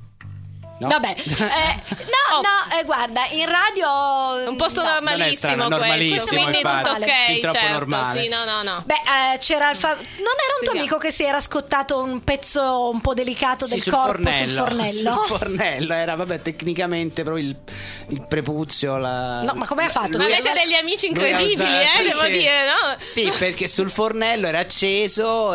No? Vabbè, eh, no, Oh. no, eh, guarda, in radio. Un posto no. normalissimo, strano, questo, normalissimo, quindi infatti. tutto ok, Fin troppo certo. normale. Sì, no, no, no. Beh, eh, c'era il fa- non era un tuo Seguiamo. amico che si era scottato un pezzo un po' delicato Sì, del sul corpo fornello, sul fornello? sul fornello era, vabbè, tecnicamente proprio il, il prepuzio. La... No, ma come ha fatto? Ma Lui- avete degli amici lui ha incredibili, usato- eh, devo sì. dire, no? Sì, perché sul fornello era acceso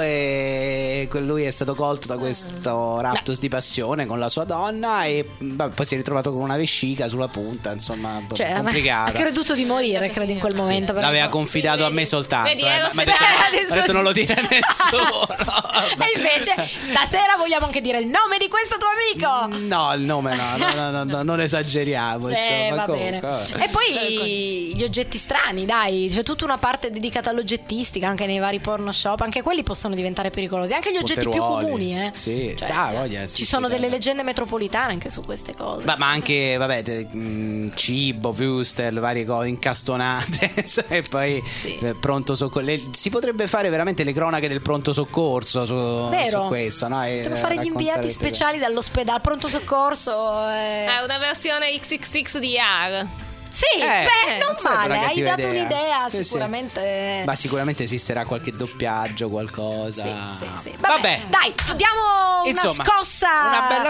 e lui è stato colto da questo raptus di passione con la sua donna e vabbè, poi si è ritrovato con una vescica sulla punta, insomma, un po' Cioè, ma- ha complicata. creduto di morire, credo, in quel momento. però- L'aveva confidato a me soltanto. Vedi, eh, ero ma- ma ha detto, separata. ha detto non lo dire a nessuno. E invece stasera vogliamo anche dire il nome di questo tuo amico. No, il nome no, no, no, no, no, non esageriamo. Eh, insomma, va comunque, bene. vabbè. E poi gli oggetti strani, dai, c'è tutta una parte dedicata all'oggettistica anche nei vari porno shop, anche quelli possono diventare pericolosi, anche gli oggetti più Potteruoli. comuni, eh. Sì, Cioè, dai, voglia, sì, ci sì, sono dai. delle leggende metropolitane anche su queste cose. Ma, ma anche, vabbè, te- mh, cibo, wurstel, varie cose incastonate e poi Sì. eh, pronto soccorso. Si potrebbe fare veramente le cronache del pronto soccorso su, Vero? su questo, no? E, Devo eh, fare gli raccontare inviati queste cose. speciali dall'ospedale, pronto soccorso. eh. È una versione X X X di R. Sì, Eh, beh, eh, non non sarebbe male, una hai cattiva dato idea. un'idea, Sì, sì. sicuramente. Ma sicuramente esisterà qualche doppiaggio, qualcosa. Sì, sì, sì. Vabbè, Vabbè, dai, diamo una Insomma, scossa. una bella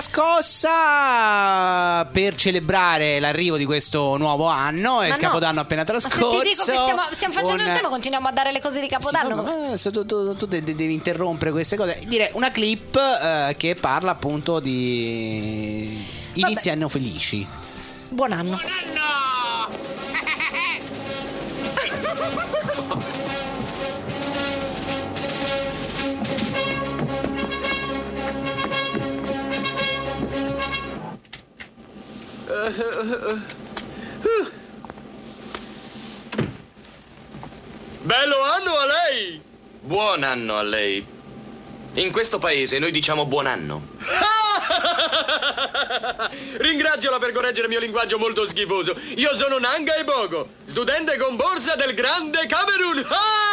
scossa per celebrare l'arrivo di questo nuovo anno e Ma il no. Capodanno appena Ma se trascorso. ti dico che stiamo, stiamo facendo un- il tema, continuiamo a dare le cose di Capodanno. Sì, no, ma adesso tu, tu- tu de- de- devi interrompere queste cose. Direi una clip eh, che parla appunto di inizi anno felici. Buon anno. Bello anno a lei! Buon anno a lei. In questo paese noi diciamo buon anno. Ah! Ringraziola per correggere il mio linguaggio molto schifoso. Io sono Nanga Ebogo, studente con borsa del grande Camerun.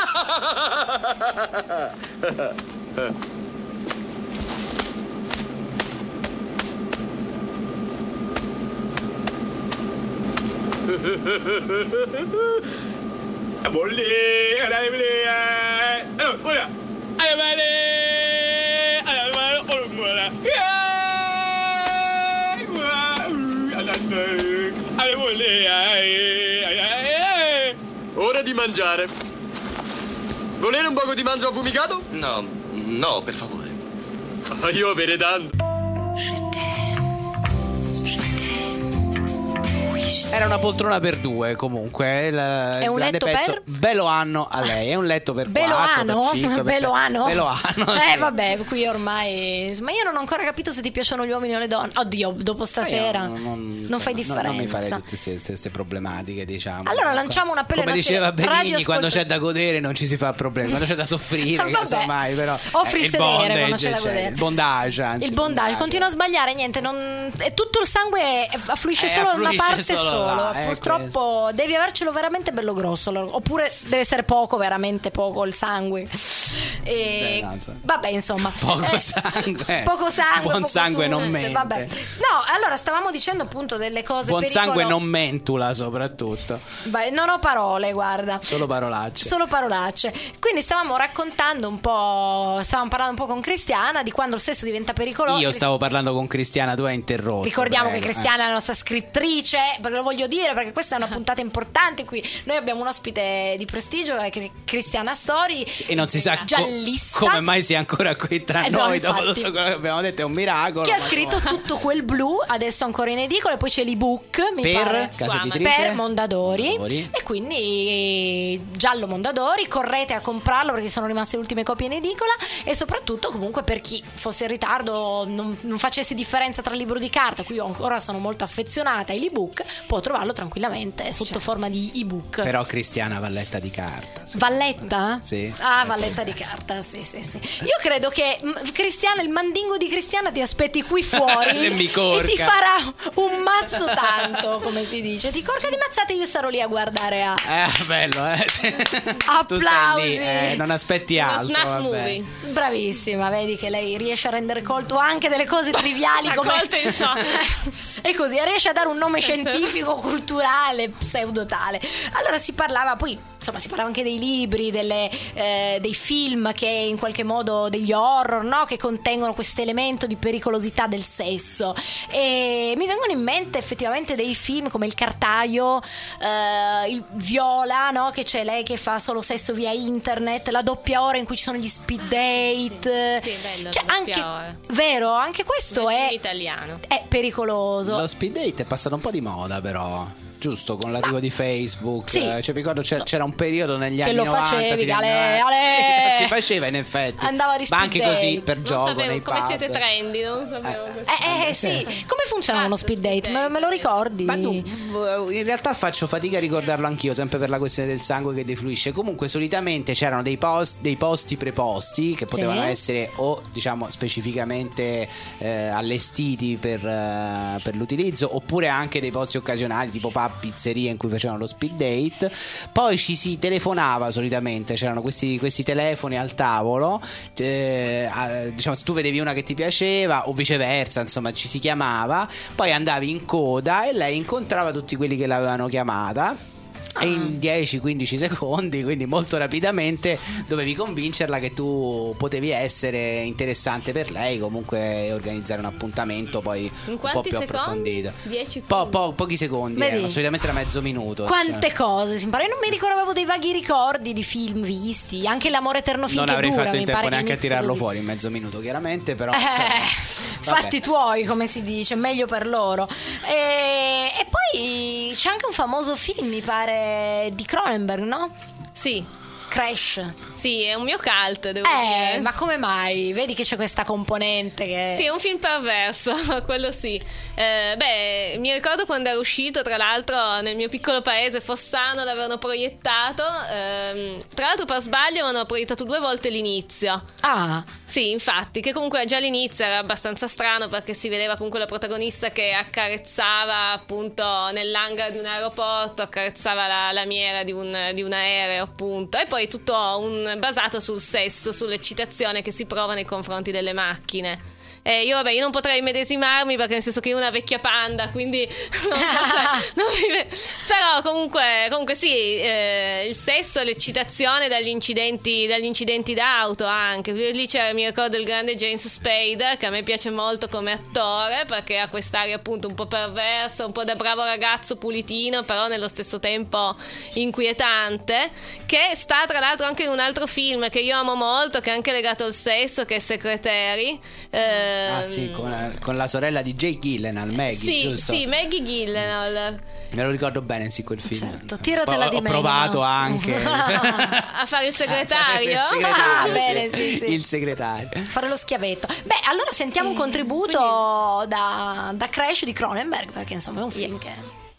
Ora di mangiare. Volere un poco di manzo affumicato? No, no, per favore. Ah, io avere tanto. Era una poltrona per due, comunque. Il, È un grande letto pezzo. per? Bello anno a lei. È un letto per Bello quattro, anno? per cinque, per Bello sei. anno? Bello anno, Eh sì. vabbè, qui ormai. Ma io non ho ancora capito se ti piacciono gli uomini o le donne. Oddio, dopo stasera. Ma io non, non fai non- differenza. Non mi farei tutte queste problematiche, diciamo. Allora lanciamo un appello ai Come nostri diceva Benigni, radioascoltatori. quando c'è da godere non ci si fa problemi, quando c'è da soffrire, Vabbè. che so mai, però. Offri eh, il sedere bondage, quando c'è da cioè, godere. il bondage, anzi. Il bondage, continua a sbagliare, niente, non... è tutto il sangue affluisce Eh, solo da una affluisce parte solo solo. là, eh, Purtroppo devi avercelo veramente bello grosso, oppure deve essere poco, veramente poco il sangue. E... Beh, no, insomma. Vabbè, insomma. Poco Eh, sangue. Poco sangue. Buon poco sangue non tutto, mente. Vabbè. No, allora stavamo dicendo appunto delle cose Buon pericolo- sangue non mentula, soprattutto. Vai, non ho parole, guarda. Solo parolacce. Solo parolacce. Quindi stavamo raccontando un po', stavamo parlando un po' con Cristiana di quando il sesso diventa pericoloso. Io stavo parlando con Cristiana, tu hai interrotto. Ricordiamo prego. che Cristiana è la nostra scrittrice, perché lo voglio dire, perché questa è una puntata importante qui. Noi abbiamo un ospite di prestigio, è Cri- Cristiana Stori, E non si sa co- giallista, come mai sia ancora qui tra Eh no, noi dopo infatti. tutto quello che abbiamo detto, è un miracolo. che ha ma scritto tutto quel blu, adesso ancora in edicola, e poi c'è l'ebook, mi Per pare, casa su editrice? Amazon, per Mondadori, Mondadori. e quindi giallo Mondadori, correte a comprarlo perché sono rimaste le ultime copie in edicola, e soprattutto comunque per chi fosse in ritardo, non, non facesse differenza tra il libro di carta, qui io ancora sono molto affezionata all'ebook, può trovarlo tranquillamente sotto forma di ebook. Però Cristiana Valletta di carta. sì. Valletta? Sì. Ah, valletta di carta, sì, sì, sì. Io credo che m, Cristiana, il mandingo di Cristiana ti aspetti qui fuori E mi corca. e ti farà un mazzo tanto, come si dice. Ti corca di mazzate, io sarò lì a guardare a Eh, bello, eh. Tu stai Applausi. lì, eh, non aspetti Uno altro. snuff vabbè. movie. Bravissima, vedi che lei riesce a rendere conto anche delle cose triviali Ha come colto in sonno. e così riesce a dare un nome scientifico, culturale, pseudotale. Allora si parlava poi, insomma, si parlava anche dei libri, delle, eh, dei film che in qualche modo, degli horror, no? Che contengono questo elemento di pericolosità del sesso, e mi vengono in mente effettivamente dei film come Il Cartaio, eh, il Viola, no? Che c'è lei che fa solo sesso via internet, La doppia ora in cui ci sono gli speed date. Sì, bello, Cioè, La doppia anche, ora. vero, anche questo Nel è film italiano. è pericoloso. Lo speed date è passato un po' di moda, però. Giusto, con l'arrivo Ma- di Facebook. Sì. eh, cioè, mi ricordo c'era, c'era un periodo negli Che anni lo novanta. facevi, fino agli ale, anni- ale. Sì, si faceva in effetti. Andava di Ma anche speed così date. per Non gioco sapevo nei come pub. siete trendy, non sapevo questo. Eh, eh, sì. Come funziona uno speed date? Me, me lo ricordi? Ma tu, in realtà faccio fatica a ricordarlo anch'io, sempre per la questione del sangue che defluisce. Comunque solitamente c'erano dei, post, dei posti preposti che potevano Sì. essere o diciamo specificamente eh, allestiti per, eh, per l'utilizzo, oppure anche dei posti occasionali tipo pub, pizzerie in cui facevano lo speed date. Poi ci si telefonava solitamente, c'erano questi, questi telefoni al tavolo, eh, a- diciamo se tu vedevi una che ti piaceva o viceversa, insomma ci si chiamava, poi andavi in coda e lei incontrava tutti quelli che l'avevano chiamata. E in dieci quindici secondi, quindi molto rapidamente, dovevi convincerla che tu potevi essere interessante per lei, comunque organizzare un appuntamento poi In un po' quanti più secondi? approfondito. dieci Po- po- pochi secondi, Vedi? erano solitamente era mezzo minuto. Quante cioè. cose si impara. Io non mi ricordo, avevo dei vaghi ricordi di film visti, anche L'amore eterno finché Non avrei dura, fatto in mi tempo pare che neanche a inizi tirarlo così. fuori in mezzo minuto, chiaramente, però Eh, insomma, vabbè. fatti tuoi, come si dice, meglio per loro. E, e poi c'è anche un famoso film, mi pare, di Cronenberg, no? Sì, Crash. Sì, è un mio cult, devo Eh, dire. ma come mai? Vedi che c'è questa componente che... Sì, è un film perverso, quello sì. Eh, beh, mi ricordo quando era uscito, tra l'altro, nel mio piccolo paese, Fossano, l'avevano proiettato. Ehm, tra l'altro, per sbaglio, avevano proiettato due volte l'inizio. Ah, Sì, infatti, che comunque già all'inizio era abbastanza strano perché si vedeva comunque la protagonista che accarezzava appunto nell'hangar di un aeroporto, accarezzava la lamiera di un, di un aereo appunto, e poi tutto un, basato sul sesso, sull'eccitazione che si prova nei confronti delle macchine. Eh, io vabbè, io non potrei medesimarmi perché nel senso che io una vecchia panda, quindi non posso, non mi, però comunque, comunque sì, eh, il sesso, l'eccitazione dagli incidenti, dagli incidenti d'auto anche. Lì c'era, mi ricordo, il grande James Spade, che a me piace molto come attore perché ha quest'aria appunto un po' perversa, un po' da bravo ragazzo pulitino, però nello stesso tempo inquietante, che sta tra l'altro anche in un altro film che io amo molto, che è anche legato al sesso, che è Secretary. eh, Ah sì, con, con la sorella di Jake Gyllenhaal, Maggie, sì, giusto? sì, Maggie Gyllenhaal. Me lo ricordo bene, sì, quel film. certo, tiratela Poi di ho meglio. provato anche A fare il segretario? il segretario, Ah, sì. bene, sì, sì. Il segretario. Fare lo schiavetto. Beh, allora sentiamo un contributo da, da Crash di Cronenberg, perché insomma è un film che...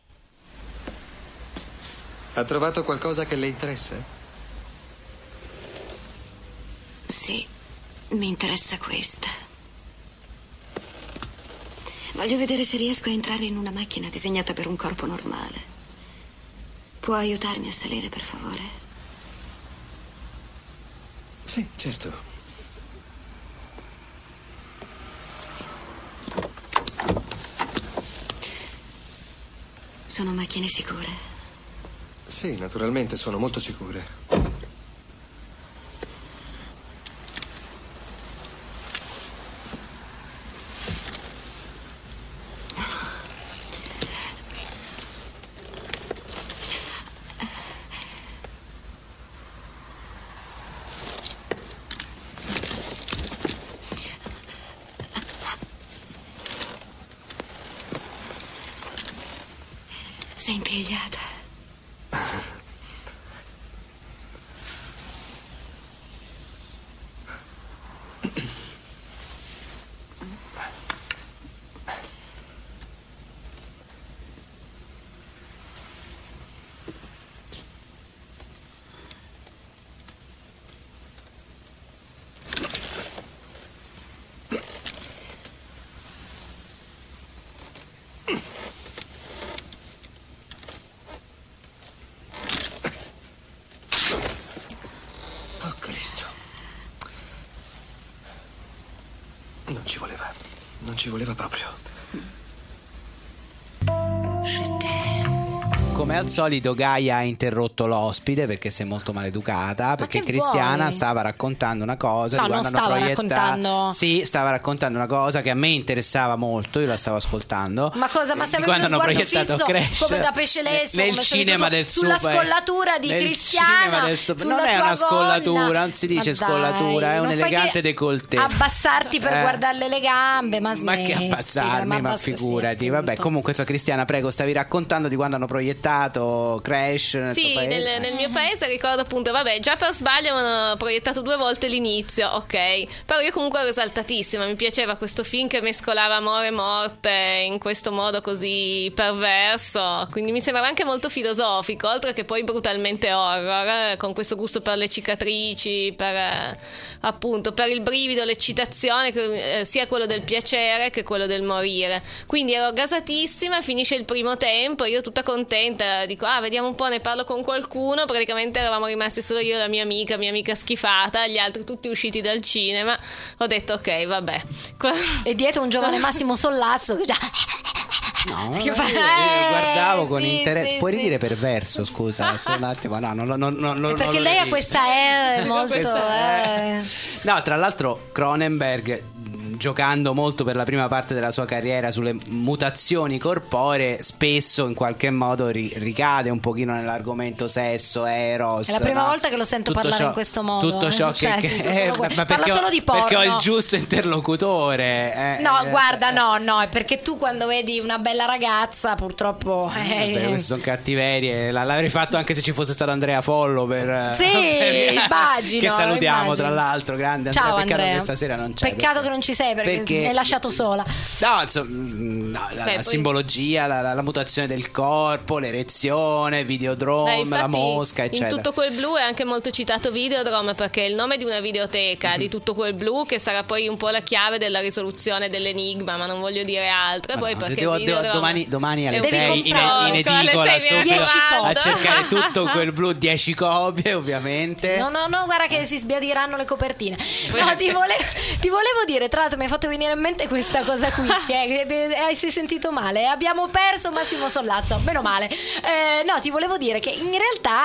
Ha trovato qualcosa che le interessa? Sì, mi interessa questa. Voglio vedere se riesco a entrare in una macchina disegnata per un corpo normale. Può aiutarmi a salire, per favore? Sì, certo. Sono macchine sicure. Sì, naturalmente, sono molto sicure. Sei impigliata. Oh, Cristo. Non ci voleva. Non ci voleva proprio. Come al solito Gaia ha interrotto l'ospite perché sei molto maleducata, perché che Cristiana vuoi? stava raccontando una cosa No, di quando non hanno stava proiettato. raccontando. Sì, stava raccontando una cosa che a me interessava molto, io la stavo ascoltando. Ma cosa? Ma Di se avevi quando uno hanno sguardo proiettato fisso Crash come da pesce lesso, nel come cinema del sulla super, scollatura di nel Cristiana, cinema del super- sulla non è sua una scollatura, gonna. non si dice Ma scollatura, dai, è un non fai elegante che décolleté. abbassarti per Eh. guardarle le gambe, ma Ma che smettila, abbassarmi, ma, abbassa- sì, figurati. appunto. Vabbè, comunque, so, Cristiana, prego, stavi raccontando di quando hanno proiettato Crash nel Sì, tuo paese. nel, nel mio paese ricordo appunto, vabbè, già per sbaglio avevano proiettato due volte l'inizio, ok, però io comunque ero esaltatissima, mi piaceva questo film che mescolava amore e morte in questo modo così perverso, quindi mi sembrava anche molto filosofico, oltre che poi brutalmente horror, eh, con questo gusto per le cicatrici, per eh, appunto per il brivido, l'eccitazione, che, eh, sia quello del piacere che quello del morire. Quindi ero gasatissima, finisce il primo tempo, io tutta contenta, dico ah vediamo un po', ne parlo con qualcuno, praticamente eravamo rimasti solo io e la mia amica, mia amica schifata, gli altri tutti usciti dal cinema. Ho detto ok, vabbè. E dietro un giovane Massimo Sollazzo che già... No, Che io, fa- io eh, guardavo con sì, interesse. sì, Puoi sì. ridire perverso, scusa, solo un attimo. No, non, non, non, non, È perché non lei ha lo questa E molto... Questa eh. No, tra l'altro Cronenberg giocando molto per la prima parte della sua carriera sulle mutazioni corporee, spesso in qualche modo ri- ricade un pochino nell'argomento sesso, eros. È la prima no? volta che lo sento Tutto parlare ciò, in questo modo. Tutto ciò eh? che, Cioè, che dico eh, solo- ma perché parla ho, solo di porno. perché ho il giusto interlocutore. eh, No, eh, guarda, eh. no, no, è perché tu quando vedi una bella ragazza, purtroppo. eh, Vabbè, queste sono cattiverie. La- L'avrei fatto anche se ci fosse stato Andrea Follo per, Sì, per- immagino, che salutiamo immagino. tra l'altro, grande Andrea. Ciao Peccato Andrea. che stasera non c'è. Peccato perché- che non ci sei perché, perché- mi hai lasciato sola. No, insomma, mm, no, la, Beh, la poi- simbologia, la, la- la mutazione del corpo, l'erezione, Videodrome, Beh, infatti, la mosca, eccetera. in Tutto quel blu è anche molto citato Videodrome perché è il nome di una videoteca Mm-hmm. di Tutto quel blu che sarà poi un po' la chiave della risoluzione dell'enigma, ma non voglio dire altro. E Ma poi no, perché devo- devo- Videodrome domani, domani alle è un sei in, comprare. in Alle edicola sei subito dieci a copie. cercare Tutto quel blu, dieci copie ovviamente. No, no, no, guarda che si sbiadiranno le copertine. No, ti volevo, ti volevo dire, tra l'altro mi hai fatto venire in mente questa cosa qui. Che eh, hai si è sentito male? Abbiamo perso Massimo Sollazzo, meno male. Eh, no, ti volevo dire che in realtà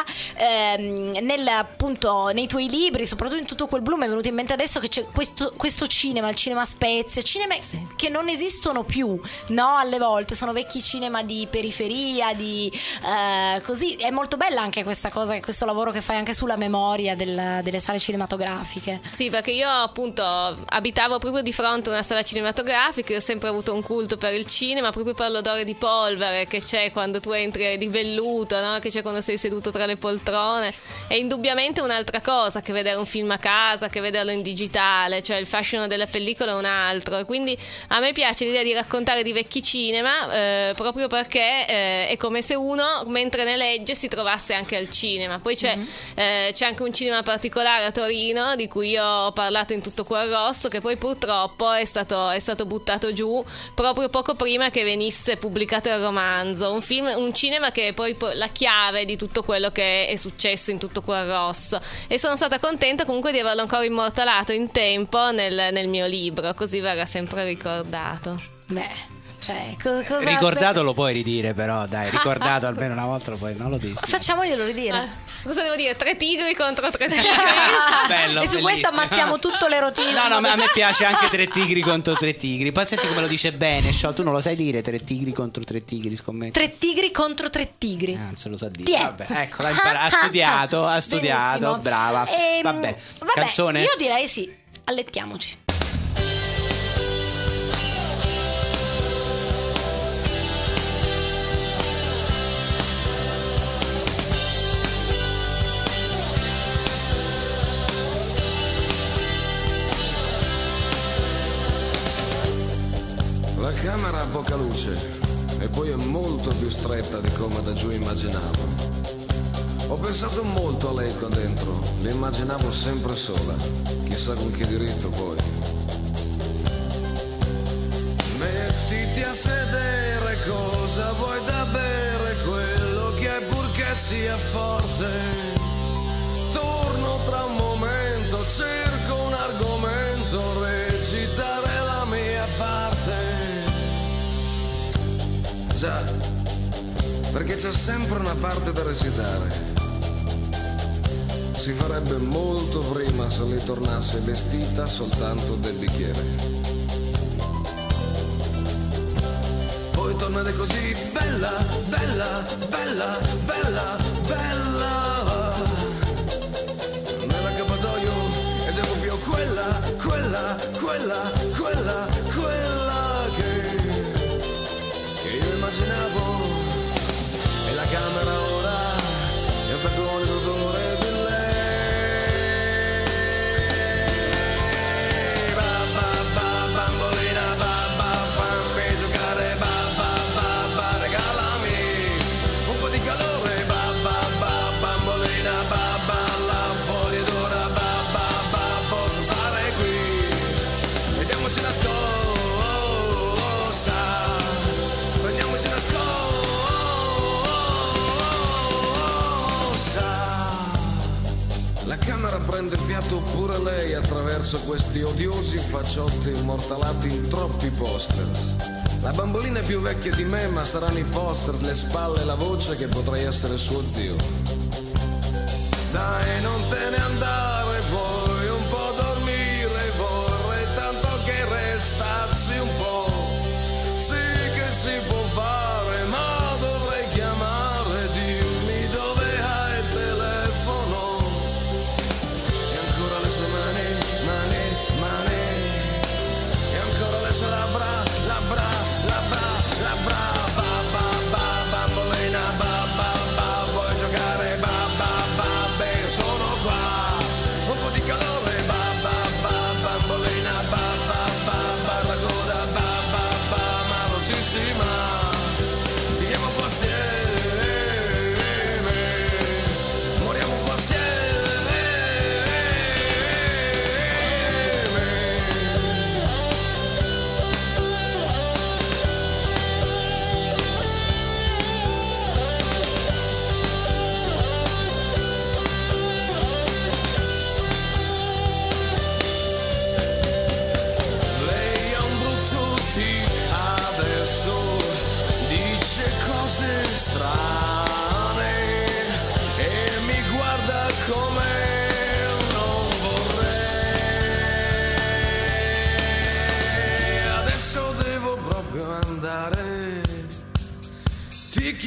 ehm, nel, appunto, nei tuoi libri, soprattutto in Tutto quel blu, mi è venuto in mente adesso che c'è questo, questo cinema, il cinema Spezia, cinema che non esistono più, no? Alle volte sono vecchi cinema di periferia, di eh, così. È molto bella anche questa cosa, questo lavoro che fai anche sulla memoria del- delle sale cinematografiche. Sì, perché io appunto abitavo proprio di fronte a una sala cinematografica, io ho sempre avuto un culto per il cinema, proprio per l'odore di polvere che c'è quando tu entri, di velluto, no? Che c'è quando sei seduto tra le poltrone. È indubbiamente un'altra cosa che vedere un film a casa, che vederlo in digitale, cioè il fascino della pellicola è un altro. E quindi a me piace l'idea di raccontare di vecchi cinema eh, proprio perché eh, è come se uno mentre ne legge si trovasse anche al cinema. Poi c'è, mm-hmm. eh, c'è anche un cinema particolare a Torino di cui io ho parlato in Tutto Cuor Rosso, che poi purtroppo è stato, è stato buttato giù proprio poco prima che venisse pubblicato il romanzo. Un film, un cinema che è poi la chiave di tutto quello che è successo in Tutto Cuor Rosso, e sono stata contenta comunque di averlo ancora immortalato in tempo nel, nel mio libro, così verrà sempre ricordato. Beh, cioè, co- cosa Ricordato lo puoi ridire, però dai, ricordato almeno una volta lo puoi, non lo dici. Facciamoglielo ridire. Ah, cosa devo dire? Tre tigri contro tre tigri. Bello, e su questo bellissimo. ammazziamo tutto l'erotismo. No, no, ma a me piace anche tre tigri contro tre tigri. Poi senti come lo dice bene, Sciol, tu non lo sai dire, tre tigri contro tre tigri, scommetto. Tre tigri contro tre tigri. Ah, non se lo sa dire. Ti è. Vabbè, ecco, l'ha impara- ha studiato, ha studiato, Benissimo. brava. Ehm, Vabbè, vabbè, canzone? io direi sì, allettiamoci. La camera ha poca luce e poi è molto più stretta di come da giù immaginavo. Ho pensato molto a lei qua dentro, le immaginavo sempre sola, chissà con che diritto poi. Mettiti a sedere, cosa vuoi da bere, quello che hai purché sia forte. Torno tra un momento, cerco un argomento, recitare la mia parte. Già, perché c'è sempre una parte da recitare. Si farebbe molto prima se lei tornasse vestita soltanto del bicchiere. Poi tornare così bella, bella, bella, bella, bella. Nell'accappatoio ed ero più quella, quella, quella, quella, quella che, che io immaginavo. E la camera ora è un flacone d'odore di lei. Babba, babba, bambolina, babba, fammi giocare, babba, babba, regalami un po' di calore, babba, babba, bambolina, babba, là fuori ed ora, babba, babba, posso stare qui, vediamoci una scossa, prendiamoci una scossa. La camera prende fiato pure lei attraverso questi odiosi facciotti immortalati in troppi poster. La bambolina è più vecchia di me, ma saranno i poster, le spalle e la voce che potrei essere suo zio. Dai, non te ne andare, vuoi un po' dormire, vorrei tanto che resti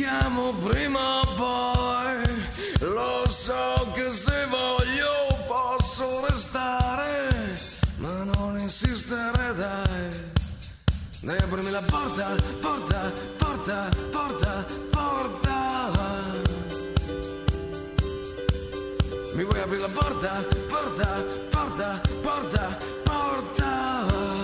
litighiamo prima o poi. Lo so che se voglio posso restare, ma non insistere, dai. Dai, aprimi la porta, porta, porta, porta, porta. Mi vuoi aprire la porta, porta, porta, porta, porta.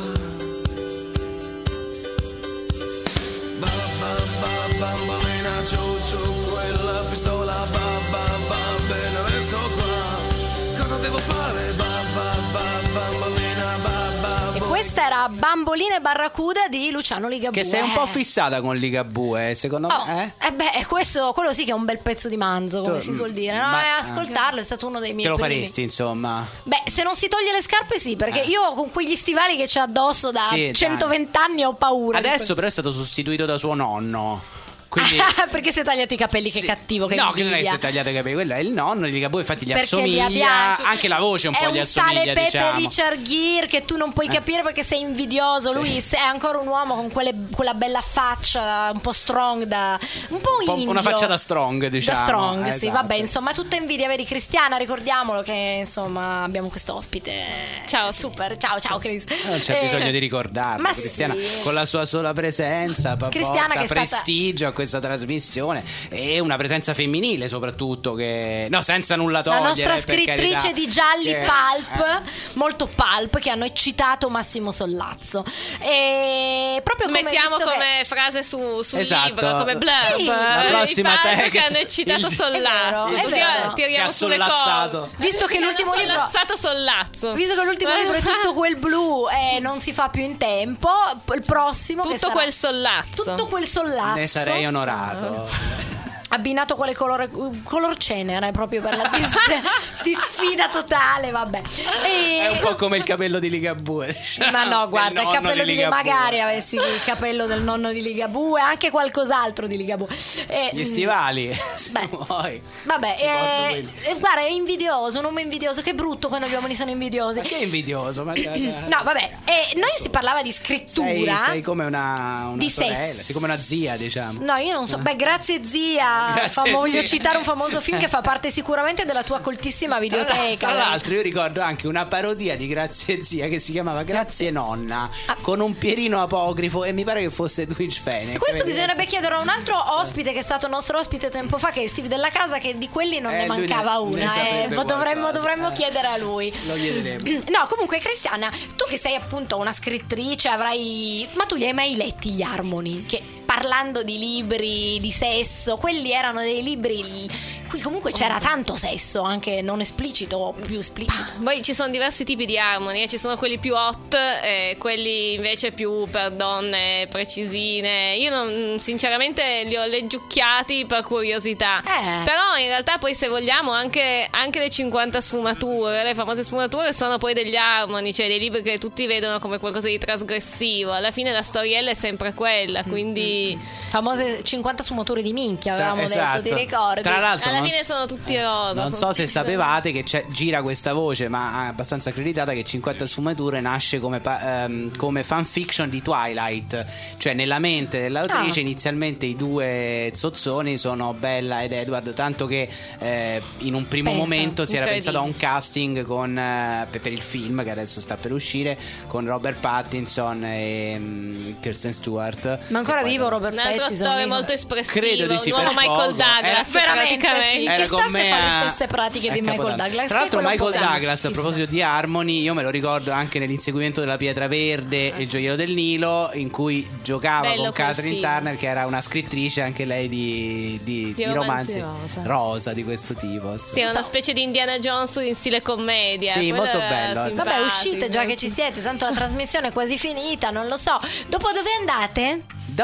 Ba ba ba bambolina, ciu ciu, quella pistola, ba ba ba, bene resto qua. Cosa devo fare? Ba ba ba bambolina, ba ba. E questa era Bamboline Barracuda di Luciano Ligabue. Che sei un po' fissata con Ligabue, secondo Oh, me. eh? eh beh, questo, quello sì che è un bel pezzo di manzo, come Tu- si suol dire. No, ma- e ascoltarlo è stato uno dei miei Te lo primi. faresti, insomma. Beh, se non si toglie le scarpe sì, perché Eh. io con quegli stivali che c'è addosso da Sì, dai. centoventi anni ho paura. di Adesso però è stato sostituito da suo nonno. Quindi perché si è tagliato i capelli, che Sì. cattivo, che no, che non è che invidia. si è tagliato i capelli, quello è il nonno di Ligabue, infatti gli Perché li assomiglia, ha bianchi. anche la voce un è po' gli un sale assomiglia, pepe diciamo. Richard Gere che tu non puoi Eh. capire perché sei invidioso. Sì. Lui è ancora un uomo con quelle- quella bella faccia un po' strong, da un po' Un po' indio. una faccia da strong, diciamo. Da strong, sì, Esatto. vabbè, insomma, tutta invidia. Vedi, Cristiana, ricordiamolo che insomma abbiamo questo ospite. Ciao. Super, ciao, ciao Cris. Non c'è Eh, bisogno di ricordarlo. ma Cristiana, sì. con la sua sola presenza, pa- Cristiana porta che è stata- prestigio a questa trasmissione e una presenza femminile, soprattutto. Che no, senza nulla La togliere. nostra per scrittrice carità, di gialli che- pulp, eh. molto pulp, che hanno eccitato Massimo Sollazzo. E proprio come Mettiamo visto che- come frase su, sul Esatto. libro, come blurb. Sì. La eh, prossima i pulp te che che- hanno eccitato il- Sollazzo. È vero, è Così vero. tiriamo Che ha sulle sollazzato. cose. Visto che l'ultimo Hanno libro- sollazzato Sollazzo. Visto che l'ultimo libro è tutto quel blu e non si fa più in tempo, il prossimo che Tutto sarà quel sollazzo. tutto quel sollazzo Ne sarei onorato. abbinato quale colore color cenere proprio per la dis- di sfida totale, vabbè. E- È un po' come il capello di Ligabue. Ma no, Del guarda, il nonno capello di, Ligabue. magari avessi il capello del nonno di Ligabue, anche qualcos'altro di Ligabue. E, Gli stivali, se Beh. vuoi. Vabbè, Ti porto eh, quelli. eh, guarda, è invidioso, non è invidioso, che brutto quando gli uomini sono invidiosi. Ma che invidioso, ma No, vabbè, e noi si parlava di sei, scrittura. sei come una, una Di sorella, sesso. sei come una zia, diciamo. No, io non so. Beh, grazie zia. Grazie, Fa- voglio zia. citare un famoso film che fa parte sicuramente della tua coltissima Tra l'altro, videoteca. tra l'altro io ricordo anche una parodia di Grazie Zia che si chiamava Grazie Nonna, con un Pierino apocrifo e mi pare che fosse Twitch Fennec. Questo Vedi? bisognerebbe chiedere a un altro ospite che è stato nostro ospite tempo fa, che è Steve Della Casa, che di quelli non Eh, ne lui mancava ne- ne una. saprebbe eh. Dovremmo, qualcosa. dovremmo Eh. chiedere a lui. Lo chiederemo. No, comunque Cristiana, tu che sei appunto una scrittrice, avrai... Ma tu li hai mai letti gli Harmony? Che parlando di libri di sesso, quelli erano dei libri in cui comunque c'era tanto sesso, anche non esplicito o più esplicito. Poi ci sono diversi tipi di harmony, eh. Ci sono quelli più hot e quelli invece più per donne precisine. Io non, sinceramente li ho leggiucchiati per curiosità. Eh. Però in realtà poi se vogliamo anche, anche le cinquanta sfumature, le famose sfumature sono poi degli harmony, cioè dei libri che tutti vedono come qualcosa di trasgressivo. Alla fine la storiella è sempre quella, quindi Famose cinquanta sfumature di minchia, Tra- avevamo esatto. detto, ti ricordi? Tra l'altro alla non- fine sono tutti rosa. Non sono so se tutti- sapevate che c'è, gira questa voce, ma è abbastanza accreditata, che cinquanta sfumature nasce come, pa- ehm, come fanfiction di Twilight. Cioè nella mente dell'autrice Ah. inizialmente i due zozzoni sono Bella ed Edward, tanto che eh, in un primo Pensa, momento si era incredibile. pensato a un casting con, eh, per per il film che adesso sta per uscire, con Robert Pattinson e mm, Kirsten Stewart. Ma ancora E poi- vivo Robert Un altro Pattinson? attore io- molto espressivo, Credo di sì, un nuovo per Michael poco. Douglas, Eh, Veramente praticamente. sì. Era Chissà con se me fa a- le stesse pratiche a di Michael Capodanno. Douglas. Tra l'altro che quello Michael un po' Douglas, a proposito di Harmony, io me lo ricordo anche nell'inseguimento della Pietra Verde e il Gioiello del Nilo, in cui giocava Bello con quel Catherine film. Turner, che era una scrittrice anche lei di, di, Di di romanzi romanzi rosa. rosa di questo tipo. Sì, è una specie di Indiana Jones in stile commedia. Sì, Quello molto è bello. Vabbè, simpatico. uscite già che ci siete, tanto la trasmissione è quasi finita, non lo so. Dopo dove andate?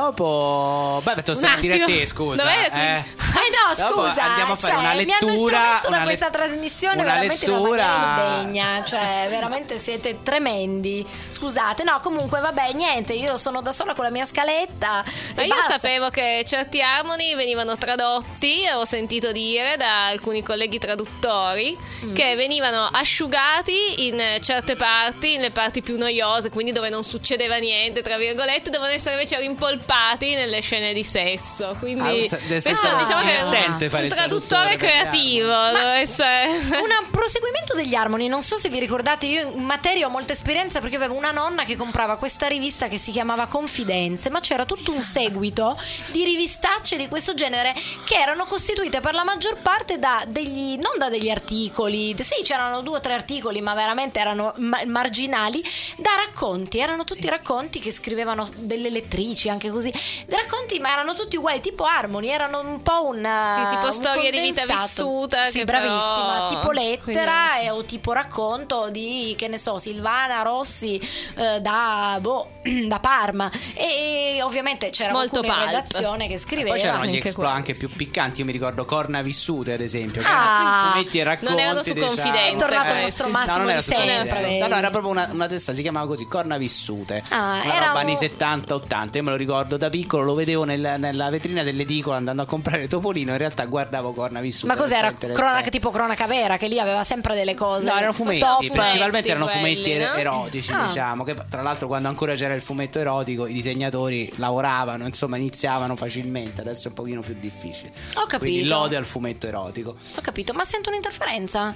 Dopo, beh, te lo Un stiamo a dire a attimo. te, scusa. Dov'è? Eh. Eh no, Dopo scusa, andiamo a fare cioè, una mi hanno lettura, estromesso da una questa let- trasmissione una veramente in una lettura- maniera indegna, cioè veramente siete tremendi. Scusate, no, comunque vabbè, niente, io sono da sola con la mia scaletta. Ma e io basta. sapevo che certi harmony venivano tradotti, ho sentito dire da alcuni colleghi traduttori, Mm. che venivano asciugati in certe parti, nelle parti più noiose, quindi dove non succedeva niente, tra virgolette, devono essere invece rimpolpati incolpati nelle scene di sesso. Quindi Ah, questo nel senso, diciamo che è divertente un, fare un il traduttore traduttore per creativo. Deve essere. Un proseguimento degli Harmony, non so se vi ricordate, io in materia ho molta esperienza perché avevo una nonna che comprava questa rivista che si chiamava Confidenze, ma c'era tutto un seguito di rivistacce di questo genere che erano costituite per la maggior parte da degli, non da degli articoli, sì c'erano due o tre articoli ma veramente erano ma- marginali, da racconti, erano tutti racconti che scrivevano delle lettrici anche così, racconti ma erano tutti uguali, tipo Harmony, erano un po' un Sì, tipo un storie di vita condensato. vissuta. Sì, che bravissima, però... tipo lettera Quindi- eh, o tipo racconto di, che ne so, Silvana Rossi eh, da, boh, da Parma e, e ovviamente c'era Molto qualcuno in pulp. redazione che scriveva. Poi c'erano gli anche explo quello. anche più piccanti. Io mi ricordo Corna Vissute, ad esempio, che Ah, erano fumetti e racconti. non erano su diciamo. Confidenze, È tornato il eh, nostro sì. Massimo no, non era di su Confidenze. sempre. No, no, era proprio una, una testa, si chiamava così, Corna Vissute. Ah, una era roba un- anni settanta ottanta. Io me lo ricordo da piccolo, lo vedevo nel- nella vetrina dell'edicola andando a comprare Topolino. In realtà guardavo Corna Vissute. Ma cos'era? non so, interessante. Cronaca, tipo cronaca vera, che lì aveva sempre delle cose. No, erano fumetti, Stop. principalmente erano quelli, fumetti no? erotici, Ah. diciamo, che tra l'altro quando ancora c'era il fumetto erotico i disegnatori lavoravano, insomma iniziavano facilmente, adesso è un pochino più difficile. Ho capito. Quindi lode al fumetto erotico. Ho capito, ma sento un'interferenza.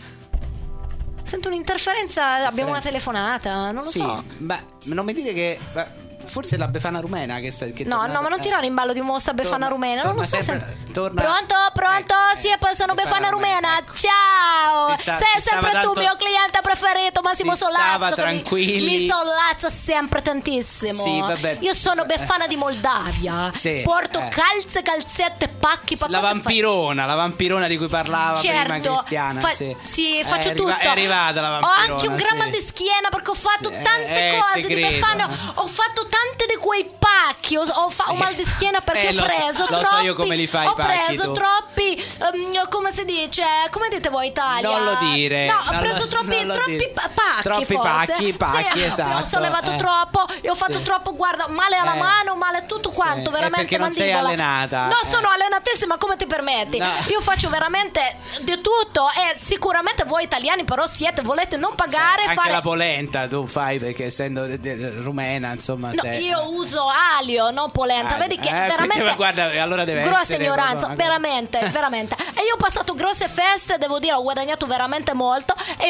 Sento un'interferenza, abbiamo una telefonata, non lo Sì, so. beh, non mi dire che beh, forse è la Befana rumena che, sta, che è No, tornata- no, ma non eh. tirare in ballo di nuovo sta Befana Torna- rumena. Non lo torna so sempre- se... torna- Pronto, pronto? Eh, sì, e poi sono Befana Befana rumena. rumena. Ciao! Si sta- Sei si stava sempre tu, tanto- mio cliente preferito, Massimo si stava Sollazzo. che mi- tranquilli. Mi, sollazza sempre tantissimo. Sì, vabbè. Io sono Befana di Moldavia. Sì, Porto eh. calze, calzette, pacchi, La patate, vampirona, la vampirona di cui parlava prima Certo, Cristiana. fa- sì, sì, È faccio arriva- tutto. È arrivata la Ho vampirona. anche un gran mal sì. di schiena perché ho fatto Sì, tante eh, cose te di credo. Befana. Ho fatto tante di quei pacchi. Ho, ho fa- Sì. ho mal di schiena perché Eh, ho lo so- preso lo so troppi. io come li fai i ho pacchi, preso tu. troppi. ehm, come si dice? Come dite voi, Italia? Non lo dire, No, ho non preso lo- troppi, non lo troppi dire. pa- pacchi. Troppi forse. pacchi, pacchi, Sì, esatto, Ho sollevato eh. troppo e ho fatto Sì. troppo. Guarda, male alla Eh. mano, male a tutto quanto. Sì, Veramente. è perché non sei mandibola. allenata, No, eh. sono allenatissima. Come ti permetti? No. Io faccio veramente di tutto e sicuramente voi italiani però siete, volete non pagare, Anche fare... la polenta tu fai perché essendo de- de- rumena, insomma, No, sei- io uso alio, non polenta. Ah, Vedi che eh, veramente perché, guarda, allora deve grossa essere ignoranza, proprio una cosa- veramente, veramente. E io ho passato grosse feste, devo dire, ho guadagnato veramente molto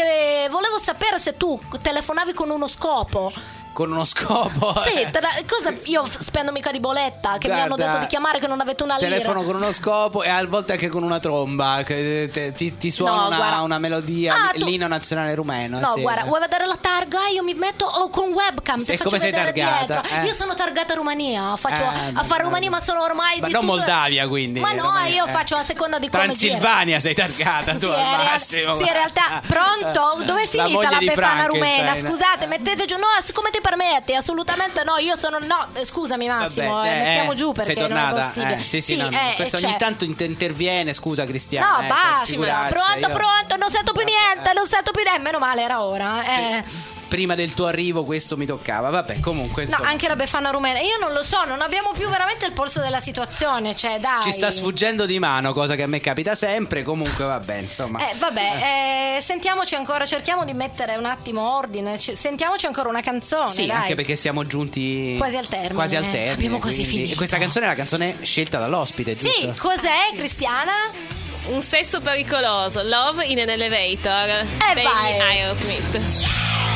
e volevo sapere se tu telefonavi con uno scopo. con uno scopo. Sì, te la- cosa io spendo mica di boletta che mi hanno Guarda, detto di chiamare che non avete una lira. Telefono con uno scopo e a volte anche con una tromba che te- ti, ti suona No, una, guarda. una melodia, Ah, tu- l'inno nazionale rumeno. No, sì. guarda, vuoi vedere la targa? Io mi metto oh, con webcam, Sì, ti faccio come sei vedere targata, dietro. eh? Io sono targata a Romania, faccio Eh, a ma- fare Romania, ma sono ormai Ma di non tutto- Moldavia, quindi, Ma no, Romania, io eh. faccio a seconda di come Transilvania sei targata tu Sì, al in real- massimo. sì, in realtà, pronto? Dove è La finita moglie la, di Befana Frankenstein. rumena? Scusate, mettete giù. No, come ti permetti? Assolutamente no. Io sono. No, eh, scusami, Massimo, Vabbè, eh, eh, mettiamo giù perché sei non è tornata, possibile. eh, sì, sì, no, no, eh, questo cioè- ogni tanto inter- interviene, scusa Cristiana. No, eh, basta. figuraccia, Pronto, io- pronto. Non sento più niente. Non sento più niente. Meno male, era ora. Eh. Prima del tuo arrivo questo mi toccava. Vabbè, comunque No, insomma. anche la Befana rumena. Io non lo so, non abbiamo più veramente il polso della situazione. Cioè, dai. Ci sta sfuggendo di mano, cosa che a me capita sempre. Comunque, vabbè, insomma. Eh, vabbè, eh, sentiamoci ancora, cerchiamo di mettere un attimo ordine. ci- Sentiamoci ancora una canzone. Sì, dai. anche perché siamo giunti Quasi al termine. Quasi al termine. Abbiamo quasi quindi- finito. E questa canzone è la canzone scelta dall'ospite, giusto? Sì, cos'è, Cristiana? Un sesso pericoloso, Love in an Elevator E degli vai. Aerosmith.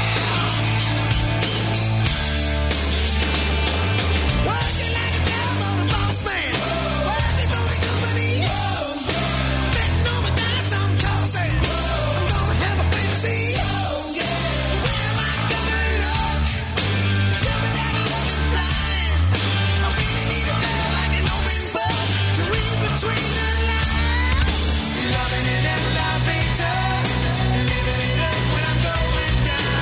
Working like a devil, a boss man. Working for the company. Betting on my dice, I'm tossing. I'm gonna have a fantasy. Where am I gonna look? Jumping out of love and flying. I really need a girl like an open book to read between the lines. Loving an elevator, living it up when I'm going down.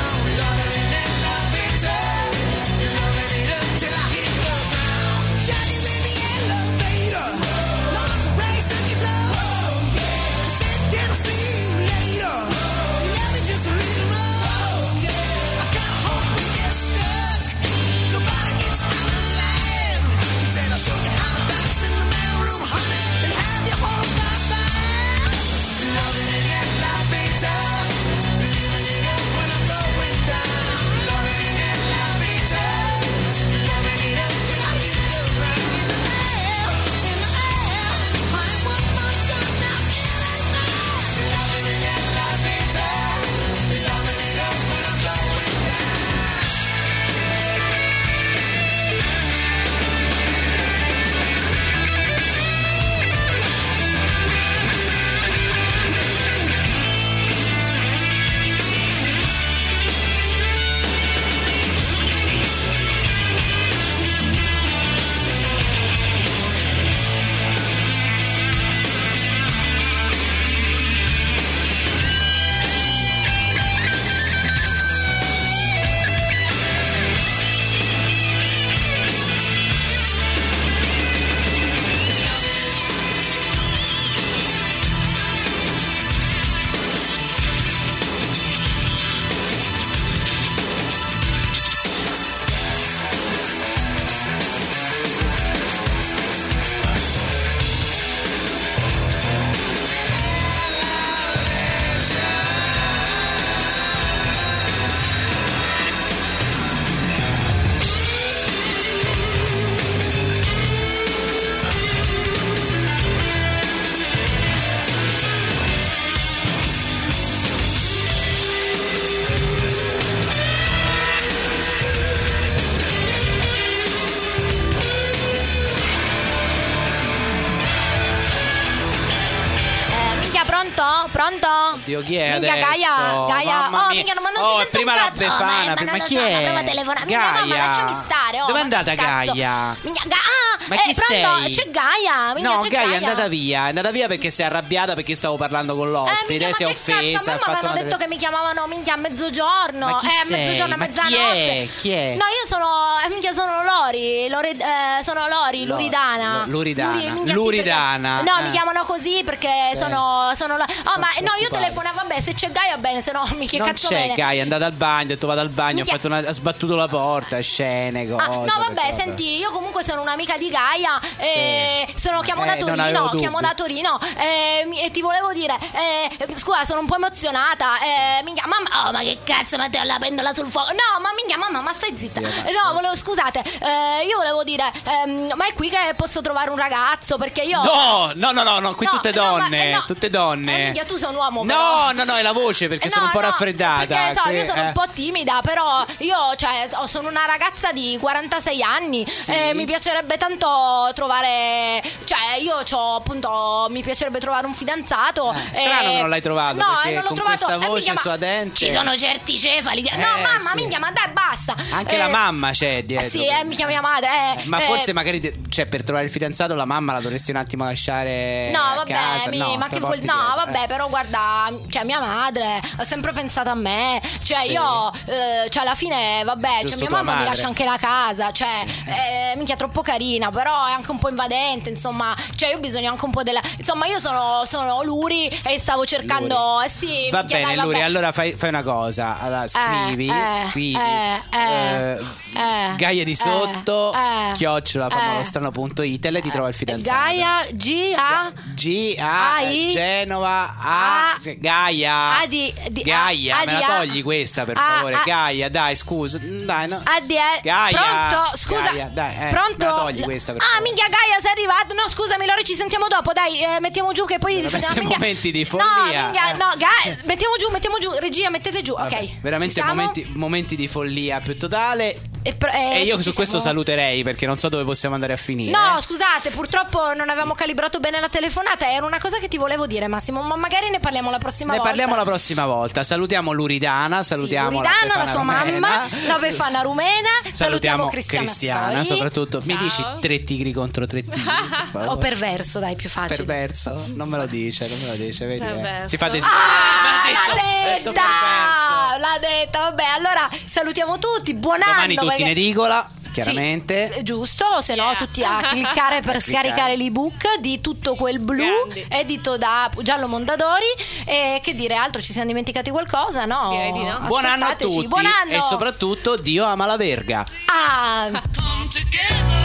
Oddio, chi è Minchia, adesso? Gaia, Gaia. Mamma Oh, mia. minchia, ma non oh, si sente prima un la cazzo. Oh, Befana, ma, prima ma chi non so, è? prova a telefonare. Minchia, mamma, Gaia. lasciami stare. Oh, Dove è ma andata che cazzo? Gaia? Minchia, Ga- ah, Ma eh, chi pronto? sei? C'è Gaia. Minchia, No, c'è Gaia è Gaia. andata via, è andata via perché si è arrabbiata perché stavo parlando con Eh, l'ospite, minchia, ma si è che offesa, cazzo? A ha me mi fatto avevano una detto che mi chiamavano minchia a mezzogiorno. Ma chi eh, a sei? mezzogiorno, a Ma chi mezzanotte. è? Chi è? No, io sono. Eh, minchia, sono Lori. Lori eh, sono Lori, Lo- Luridana. lo- Luridana. Luri- minchia, sì, Luridana. perché- no, Eh. mi chiamano così perché Sì. sono. sono la- Oh, Sono ma no, io preoccupata. telefono. Vabbè, se c'è Gaia, bene, se no, mi che Non cazzo c'è bene. Gaia, è andata al bagno, ha detto vado al bagno, Minchia. ha, fatto una, ha sbattuto la porta, scene, cose. Ah, no, vabbè, perché- senti, io comunque sono un'amica di Gaia. E sono, chiamo Eh, da non avevo Torino. dubbi. Chiamo da Torino. E, mi- e ti volevo dire, eh, scusa, sono un po' emozionata. Eh, minchia, mamma, oh, ma che cazzo, Matteo, la pendola sul fuoco. No, ma minchia, mamma, ma stai zitta. Eh, No, volevo, scusate, eh, io volevo dire, ehm, ma è qui che posso trovare un ragazzo? Perché io. No, no, no, no, no, qui No, tutte no, ma- donne, eh, no. tutte donne. Eh, minchia, tu sei un uomo, No, però. no, no, è la voce perché Eh, sono no, un po' no, raffreddata. Perché so, io que- sono eh. un po' timida, però io cioè, ho- sono una ragazza di quarantasei anni e mi piacerebbe tanto trovare. Cioè, io c'ho appunto. Mi piacerebbe trovare un fidanzato. Eh, strano che non l'hai trovato, No, perché eh, non l'ho con trovato. questa Eh, voce minchia, ma suadente- Ci sono certi cefali. che- no, Eh, mamma, sì. minchia, ma dai, basta. Anche Eh, la mamma c'è dietro. eh, sì, eh, mi chiama mia madre. eh, Ma eh, forse magari te- cioè, per trovare il fidanzato la mamma la dovresti un attimo lasciare No, a vabbè, casa. mi- no, ma te che lo vuol porti No, dietro, vabbè, eh. però guarda, cioè mia madre ha sempre pensato a me. Cioè, Sì. io eh, cioè alla fine, vabbè, Giusto cioè mia tua mamma mi madre. lascia anche la casa, cioè eh, minchia troppo carina, però è anche un po' invadente, insomma, cioè io ho bisogno anche un po' della. Insomma, io sono sono Luri e stavo cercando eh sì, Va minchia, bene, dai, Luri, vabbè. allora fai, fai una cosa. Allora, scrivi, eh, scrivi eh, eh, eh, eh, Gaia di sotto, eh, chiocciola eh, famolostrano punto it e lei ti trova il fidanzato. Gaia G A G A A, I, Genova A, A, Gaia A di- di- Gaia, A, me di la A. togli questa per A, favore. A. Gaia, dai, scusa. Dai, no. A D E. Gaia. Pronto? Scusa. Gaia, dai, eh, Pronto? me la togli questa per ah, favore. minchia Gaia, sei arrivato? No, scusami, Lori, ci sentiamo dopo. Dai, eh, mettiamo giù che poi Veramente no, minchia- momenti di No, follia. minchia, Eh. no, Gaia, mettiamo giù, mettiamo giù. Regia, mettete giù. Vabbè, ok. veramente Ci siamo? momenti, momenti di follia più totale. E, pro- eh, E io sì, su ci questo siamo. saluterei perché non so dove possiamo andare a finire. No, eh. scusate, purtroppo non avevamo calibrato bene la telefonata. Era una cosa che ti volevo dire, Massimo. Ma magari ne parliamo la prossima Ne volta. parliamo la prossima volta. Salutiamo Luridana, Sì, salutiamo Luridana, la, la, Befana sua Rumena. mamma, la Befana Rumena. Salutiamo, Salutiamo Cristiana, Cristiana, Stori. soprattutto. Mi Ciao. dici tre tigri contro tre tigri? per favore? O perverso, dai, più facile. Perverso? Non me lo dice, non me lo dice, vedi? eh. Perverso. Si fa dei Ah, detto, l'ha detto detta! perverso. L'ha detta, vabbè, allora salutiamo tutti, buon anno. Domani tutti perché- in edicola, chiaramente. Sì, giusto, se no Yeah. tutti a cliccare per A cliccare. scaricare l'ebook di Tutto quel blu, Grandi. edito da Giallo Mondadori. E che dire altro, ci siamo dimenticati qualcosa, no? Direi di no. Buon anno a Ascoltateci, tutti buon anno. e soprattutto Dio ama la verga. Ah. Come together.